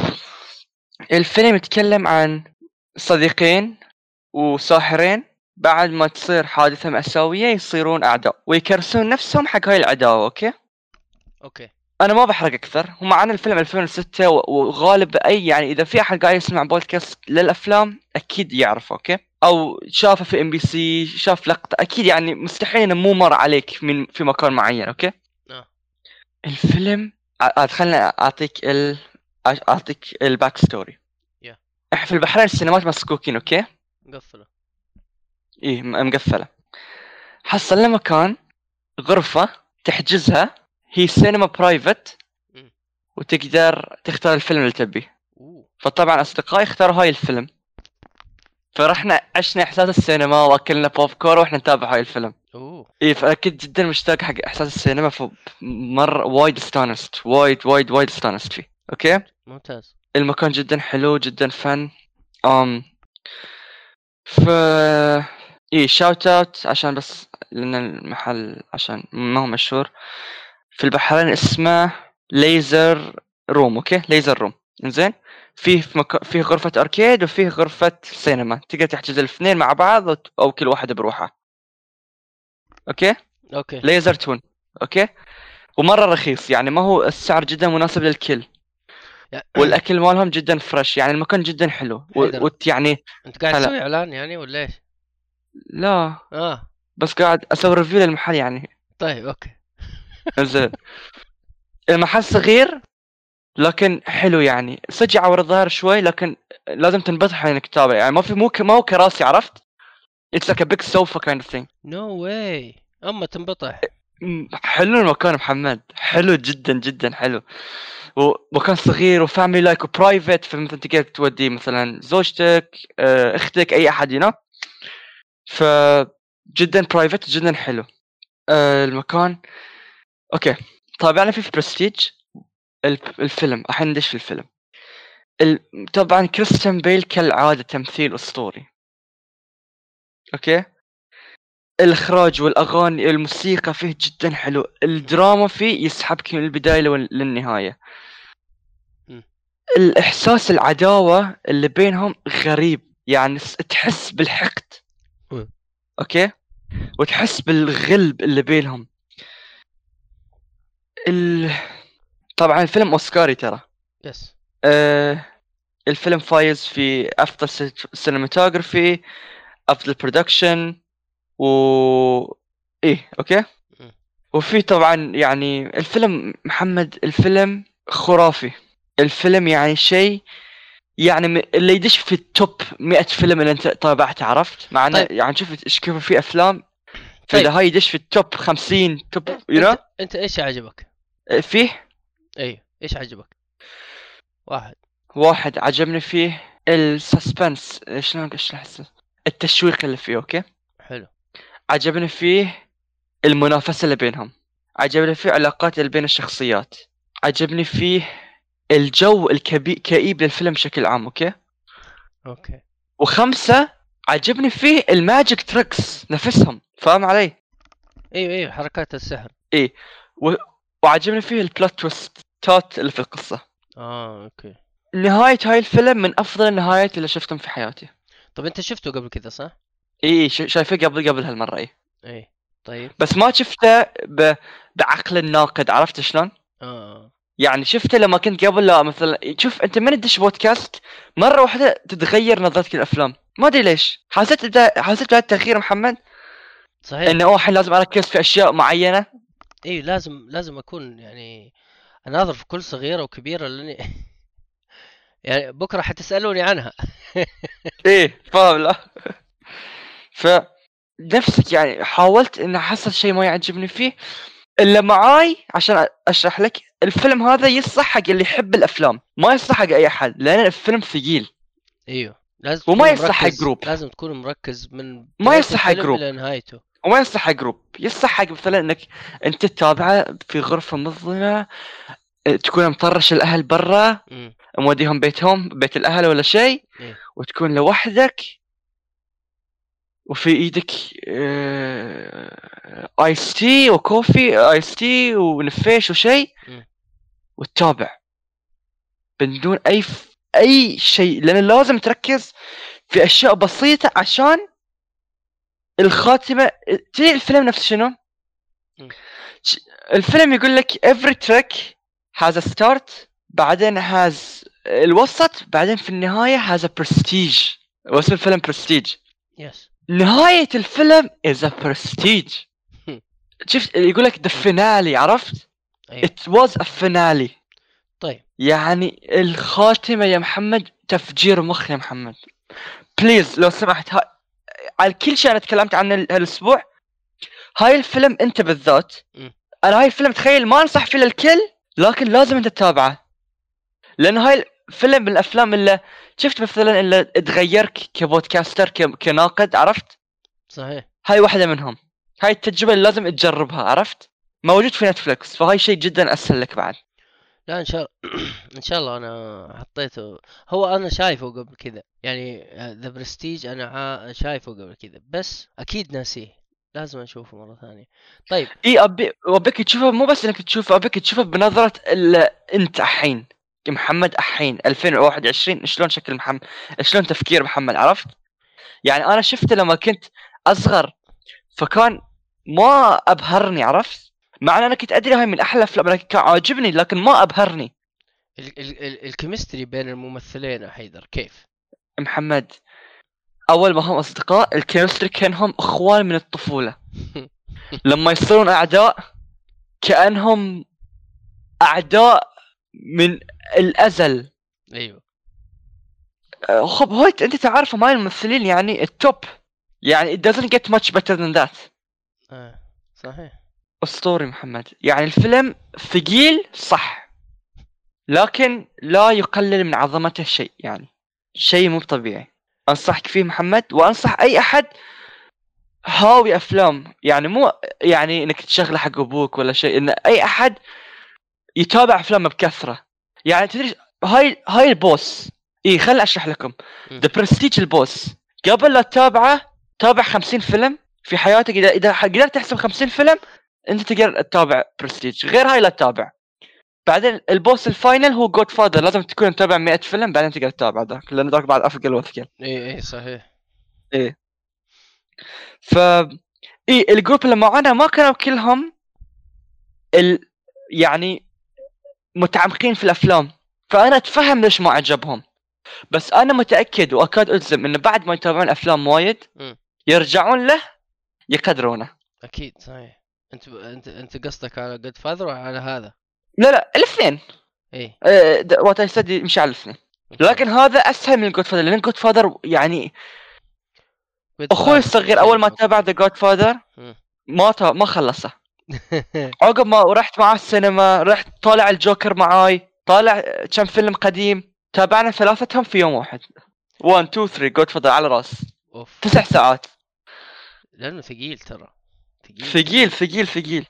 الفيلم يتكلم عن صديقين وساحرين بعد ما تصير حادثة مأساوية يصيرون أعداء ويكرسون نفسهم حق هاي العداوة. أوكي اوكي. أنا ما بحرق أكثر. هم عن الفيلم ألفين وستة و- وغالب أي يعني إذا في أحد قاعد يسمع بودكاست للأفلام أكيد يعرف. أوكي أو شافه في إم بي سي، شاف لقطة أكيد، يعني مستحيل إنه مو مر عليك من في مكان معين. أوكي آه. الفيلم ع- خلنا أعطيك ال أعطيك الباك ستوري. يا إحنا في البحرين السينمات مسكوكين. أوكي مقفلة. إيه م- مقفلة. حصلنا مكان غرفة تحجزها، هي سينما برايفت، مم. وتقدر تختار الفيلم اللي تبيه. اوه. فطبعا أصدقائي اختاروا هاي الفيلم، فرحنا عشنا إحساس السينما وأكلنا بوب كور وإحنا نتابع هاي الفيلم. اوه. إيه فأكيد جدا مشتاق حق إحساس السينما، فمرة وايد استانست، وايد وايد وايد استانست فيه. أوكي ممتاز. المكان جدا حلو جدا فن. أم ف إيه شاوت أوت عشان بس لأن المحل عشان ما هو مشهور في البحرين اسمه ليزر روم. اوكي ليزر روم انزين. فيه في مك... فيه غرفة اركيد وفيه غرفة سينما، تقدر تحجز الاثنين مع بعض او كل واحد بروحه. اوكي اوكي. ليزر تون. اوكي ومرة رخيص، يعني ما هو السعر جدا مناسب للكل، يا- والاكل مالهم جدا فريش، يعني المكان جدا حلو حيدر، و... وت يعني انت قاعد هلا تسوي اعلان يعني ولا ايش؟ لا اه بس قاعد اسوي ريفيو للمحل يعني. طيب اوكي. انزين المحل صغير لكن حلو، يعني صدق يعور الظهر شوي لكن لازم تنبطح انك تتابع، يعني ما في مو ك... ما هو كراسي، عرفت؟ It's like a big sofa kind of thing. نو واي، اما تنبطح. م- حلو المكان محمد، حلو جدا جدا حلو، ومكان صغير وفاميلي لايك وبرايفت، فمثلا تقدر تودي مثلا زوجتك آه، اختك اي احد هنا، ف جدا برايفت جدا حلو آه، المكان. اوكي طبعا في في برستيج الف- الفيلم الحين ندش في الفيلم. ال- طبعا كريستيان بيل كالعادة تمثيل أسطوري. اوكي الاخراج والاغاني الموسيقى فيه جدا حلو، الدراما فيه يسحبك من البدايه لل- للنهايه. م. الاحساس العداوه اللي بينهم غريب، يعني س- تحس بالحقد. م. اوكي وتحس بالغلب اللي بينهم. ال... طبعا الفيلم اوسكاري ترى. يس. آه الفيلم فايز في افضل سينماتوجرافي، افضل برودكشن، و ايه اوكي م. وفي طبعا يعني الفيلم محمد الفيلم خرافي. الفيلم يعني شيء، يعني م- اللي يدش في التوب مئة فيلم اللي انت تابعته، عرفت معنا؟ طيب. يعني شوف ايش كيف في افلام طيب. فاذا هاي يدش في التوب خمسين توب يو انت نو انت ايش عجبك؟ فيه ايوه ايش عجبك؟ واحد. واحد عجبني فيه السسبنس، شلون اشرح التشويق اللي فيه. اوكي حلو. عجبني فيه المنافسة اللي بينهم، عجبني فيه علاقات اللي بين الشخصيات، عجبني فيه الجو الكبي... كئيب للفيلم بشكل عام. اوكي اوكي. وخمسة عجبني فيه الماجيك تريكس نفسهم، فاهم علي؟ ايوه ايوه حركات السحر. ايه و... وعجبني فيه البلوت تويستات اللي في القصة. اه اوكي. نهاية هاي الفيلم من افضل النهايات اللي شفتهم في حياتي. طب انت شفته قبل كذا صح؟ اي ش- شايفه قبل قبل هالمرة اي. ايه. طيب. بس ما شفته ب... بعقل الناقد، عرفت شلون؟ اه يعني شفته لما كنت قبل، لا مثلا شوف انت من تدش بودكاست مرة واحدة تتغير نظرتك للافلام، ما ادري ليش حسيت بدا... حسيت بهذا التغيير محمد، صحيح. انه اوه الحين لازم اركز في اشياء معينة. ايه لازم لازم اكون يعني اناظر في كل صغيرة وكبيرة لاني يعني بكرة حتسألوني عنها. ايه فاهم لا. ف نفسك يعني حاولت ان احصل شيء ما يعجبني فيه الا معاي عشان اشرح لك الفيلم هذا يصح حق اللي يحب الافلام، ما يصح حق اي احد لان الفيلم ثقيل. ايوه لازم وما تكون يصح حق مركز، جروب، لازم تكون مركز من ما بداية يصح حق الفيلم جروب، الى نهايته. وما يصح حق جروب. يصح حق مثلا انك انت تتابعه في غرفة مظلمة، تكون مطرش الاهل برا، امم. موديهم بيتهم بيت الاهل ولا شيء، ايه. وتكون لوحدك وفي ايدك آه، ايس تي وكوفي، ايس تي ونفيش وشيء، امم. وتتابع بدون اي ف... اي شيء، لان لازم تركز في اشياء بسيطة عشان الخاتمة. تدري الفيلم نفس شنو؟ مم. ش- الفيلم يقول لك every trick has a start، بعدين has الوسط، بعدين في النهاية has a prestige. واسم الفيلم prestige. يس. نهاية الفيلم is a prestige. شفت يقول لك the finale، عرفت؟ ايوه. it was a finale. طيب. يعني الخاتمة يا محمد تفجير مخ يا محمد. بليز لو سمحت ها... على كل شيء انا تكلمت عنه هالاسبوع، هاي الفيلم انت بالذات، مم. انا هاي الفيلم تخيل ما انصح فيه للكل، لكن لازم انت تتابعه، لان هاي الفيلم من الافلام اللي شفت مثلا اللي تغيرك كبودكاستر ك... كناقد، عرفت؟ صحيح. هاي واحدة منهم. هاي التجربة اللي لازم تجربها، عرفت؟ موجود في نتفلكس، فهاي شيء جدا اسهل لك بعد. لا ان شاء ان شاء الله انا حطيته. هو انا شايفه قبل كذا يعني ذا برستيج انا عا- شايفه قبل كذا بس اكيد ناسيه. لازم اشوفه مرة ثانية. طيب. اي ابي ابيك تشوفه، مو بس انك تشوفه، ابيك تشوفه بنظرة ال... انت الحين محمد الحين ألفين وواحد وعشرين شلون شكل محمد، شلون تفكير محمد، عرفت؟ يعني انا شفته لما كنت اصغر فكان ما ابهرني، عرفت؟ مع ان انا كنت ادري هاي من احلى الافلام، انا كان عاجبني لكن ما ابهرني. ال ال ال الكيمستري بين الممثلين يا حيدر كيف؟ محمد اول ما هم اصدقاء الكيمستري كانهم اخوان من الطفولة، لما يصيرون اعداء كانهم اعداء من الازل. ايوه. آه، خب هاي انت تعرف هاي الممثلين يعني التوب، يعني it doesn't get much better than that. آه. صحيح. اسطوري محمد، يعني الفيلم ثقيل صح، لكن لا يقلل من عظمته شيء، يعني شيء مو طبيعي. انصحك فيه محمد، وانصح اي احد هاوي افلام، يعني مو يعني انك تشغله حق ابوك ولا شيء، ان اي احد يتابع افلام بكثرة. يعني تدري هاي هاي البوس، اي خليني اشرح لكم. مم. ذا برستيج البوس، قبل لا تتابعه تابع خمسين فيلم في حياتك، اذا اذا قدرت تحسب خمسين فيلم انت تقدر تتابع برستيج، غير هاي لا تتابع. بعدين البوس الفاينل هو جود فاذر، لازم تكون متابع مئة فيلم بعدين تقدر تتابع ذاك، لان ذاك بعد افقل واثقل. اي اي صحيح. ايه. ف ايه الجروب اللي معانا ما كانوا كلهم ال... يعني متعمقين في الافلام، فانا اتفهم ليش ما عجبهم. بس انا متاكد واكاد اجزم ان بعد ما يتابعون افلام وايد مم. يرجعون له يقدرونه. اكيد صحيح. انت انت انت قصدك على جود فاذر وعلى هذا؟ لا لا الاثنين، ايه. وات اي سيد يمشي على الاثنين، لكن هذا اسهل من جود فاذر، لان جود فاذر يعني اخوي الصغير اول ما تابع ذا جود فاذر ما تا... ما خلصه. عقب ما رحت معاه السينما، رحت طالع الجوكر معاي، طالع كم فيلم قديم، تابعنا ثلاثتهم في يوم واحد. واحد اثنين ثلاثة جود فاذر على راس. اوف. تسع ساعات. لانه ثقيل ترى. ثقيل ثقيل ثقيل.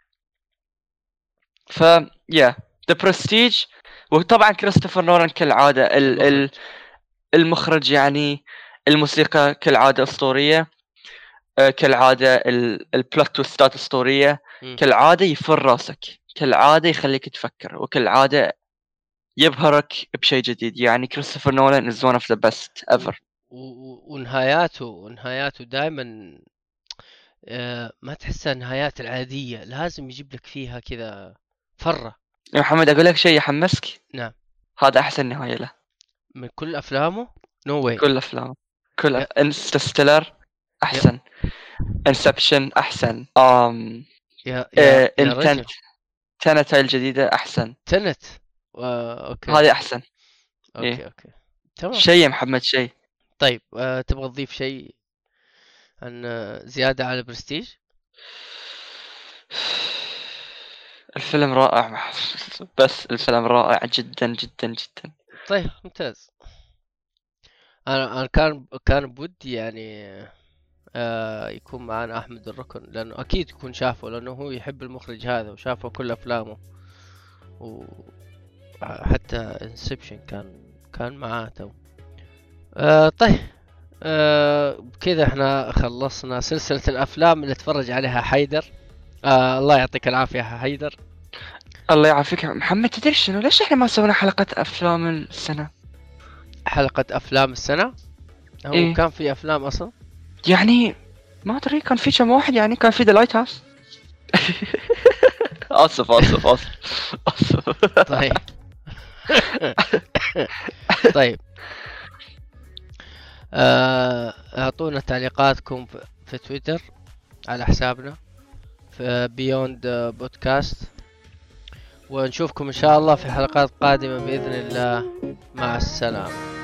ف يا ذا برستيج. وطبعا كريستوفر نولان كالعاده، ال... ال... المخرج يعني، الموسيقى كالعاده اسطوريه، آه، كالعاده ال... البلوت تويستات اسطوريه، م. كالعاده يفر راسك، كالعاده يخليك تفكر، وكالعاده يبهرك بشيء جديد. يعني كريستوفر نولان is one of the best ever. ونهاياته ونهاياته دائما آه ما تحسها نهايات العادية، لازم يجيب لك فيها كذا فرة. يا محمد أقول لك شيء يحمسك. نعم. هذا أحسن نهاية له من كل أفلامه. نو واي. كل أفلامه كل انستلر أحسن. انسبشن أحسن. أم يا يا انتنت تنت الجديدة أحسن. تنت آه، أوكي. هذه أحسن. أوكي إيه؟ أوكي تمام. شيء يا محمد شيء. طيب آه، تبغى تضيف شيء عن زيادة على برستيج؟ الفيلم رائع بس الفيلم رائع جدا جدا جدا. طيب ممتاز. أنا أنا كان كان بدي يعني آه يكون معنا أحمد الركن، لأنه أكيد يكون شافه، لأنه هو يحب المخرج هذا وشافه كل أفلامه، وحتى انسبشن كان كان معاه تو. آه طيب آه كذا احنا خلصنا سلسلة الأفلام اللي تفرج عليها حيدر. آه الله يعطيك العافية يا حيدر. الله يعافيك محمد. تدري شنو ليش احنا ما سوينا حلقة أفلام السنة؟ حلقة أفلام السنة؟ هو إيه؟ كان في أفلام أصلا؟ يعني ما أدري كان في كم واحد. يعني كان في ذا لايت هاوس. آسف آسف آسف آسف. طيب طيب آه، اعطونا تعليقاتكم في تويتر على حسابنا في بيوند بودكاست، ونشوفكم ان شاء الله في حلقات قادمة بإذن الله. مع السلامة.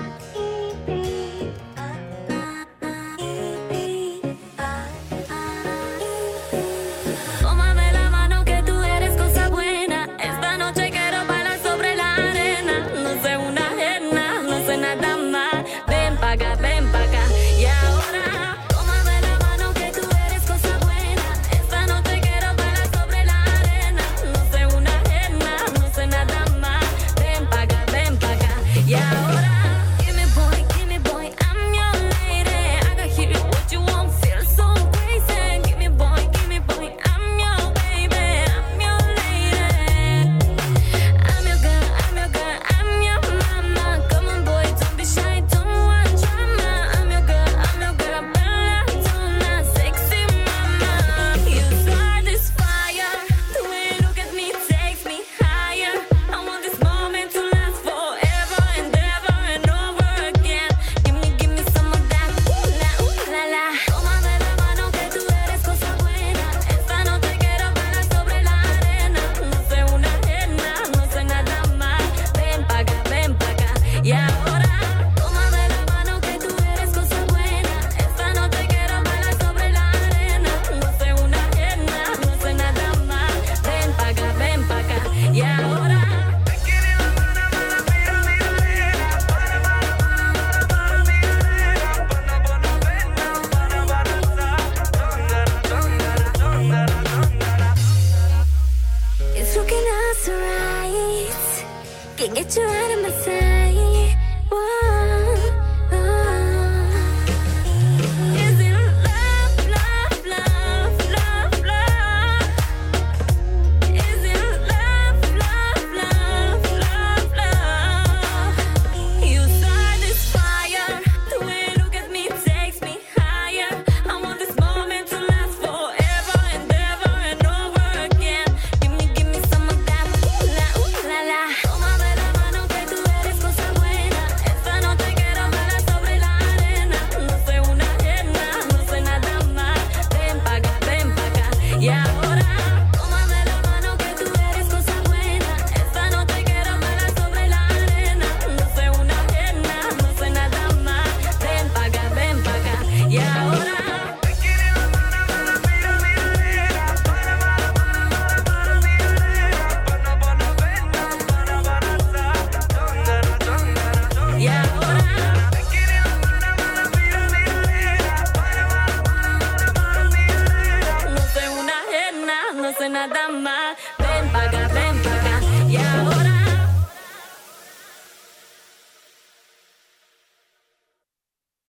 Nada más.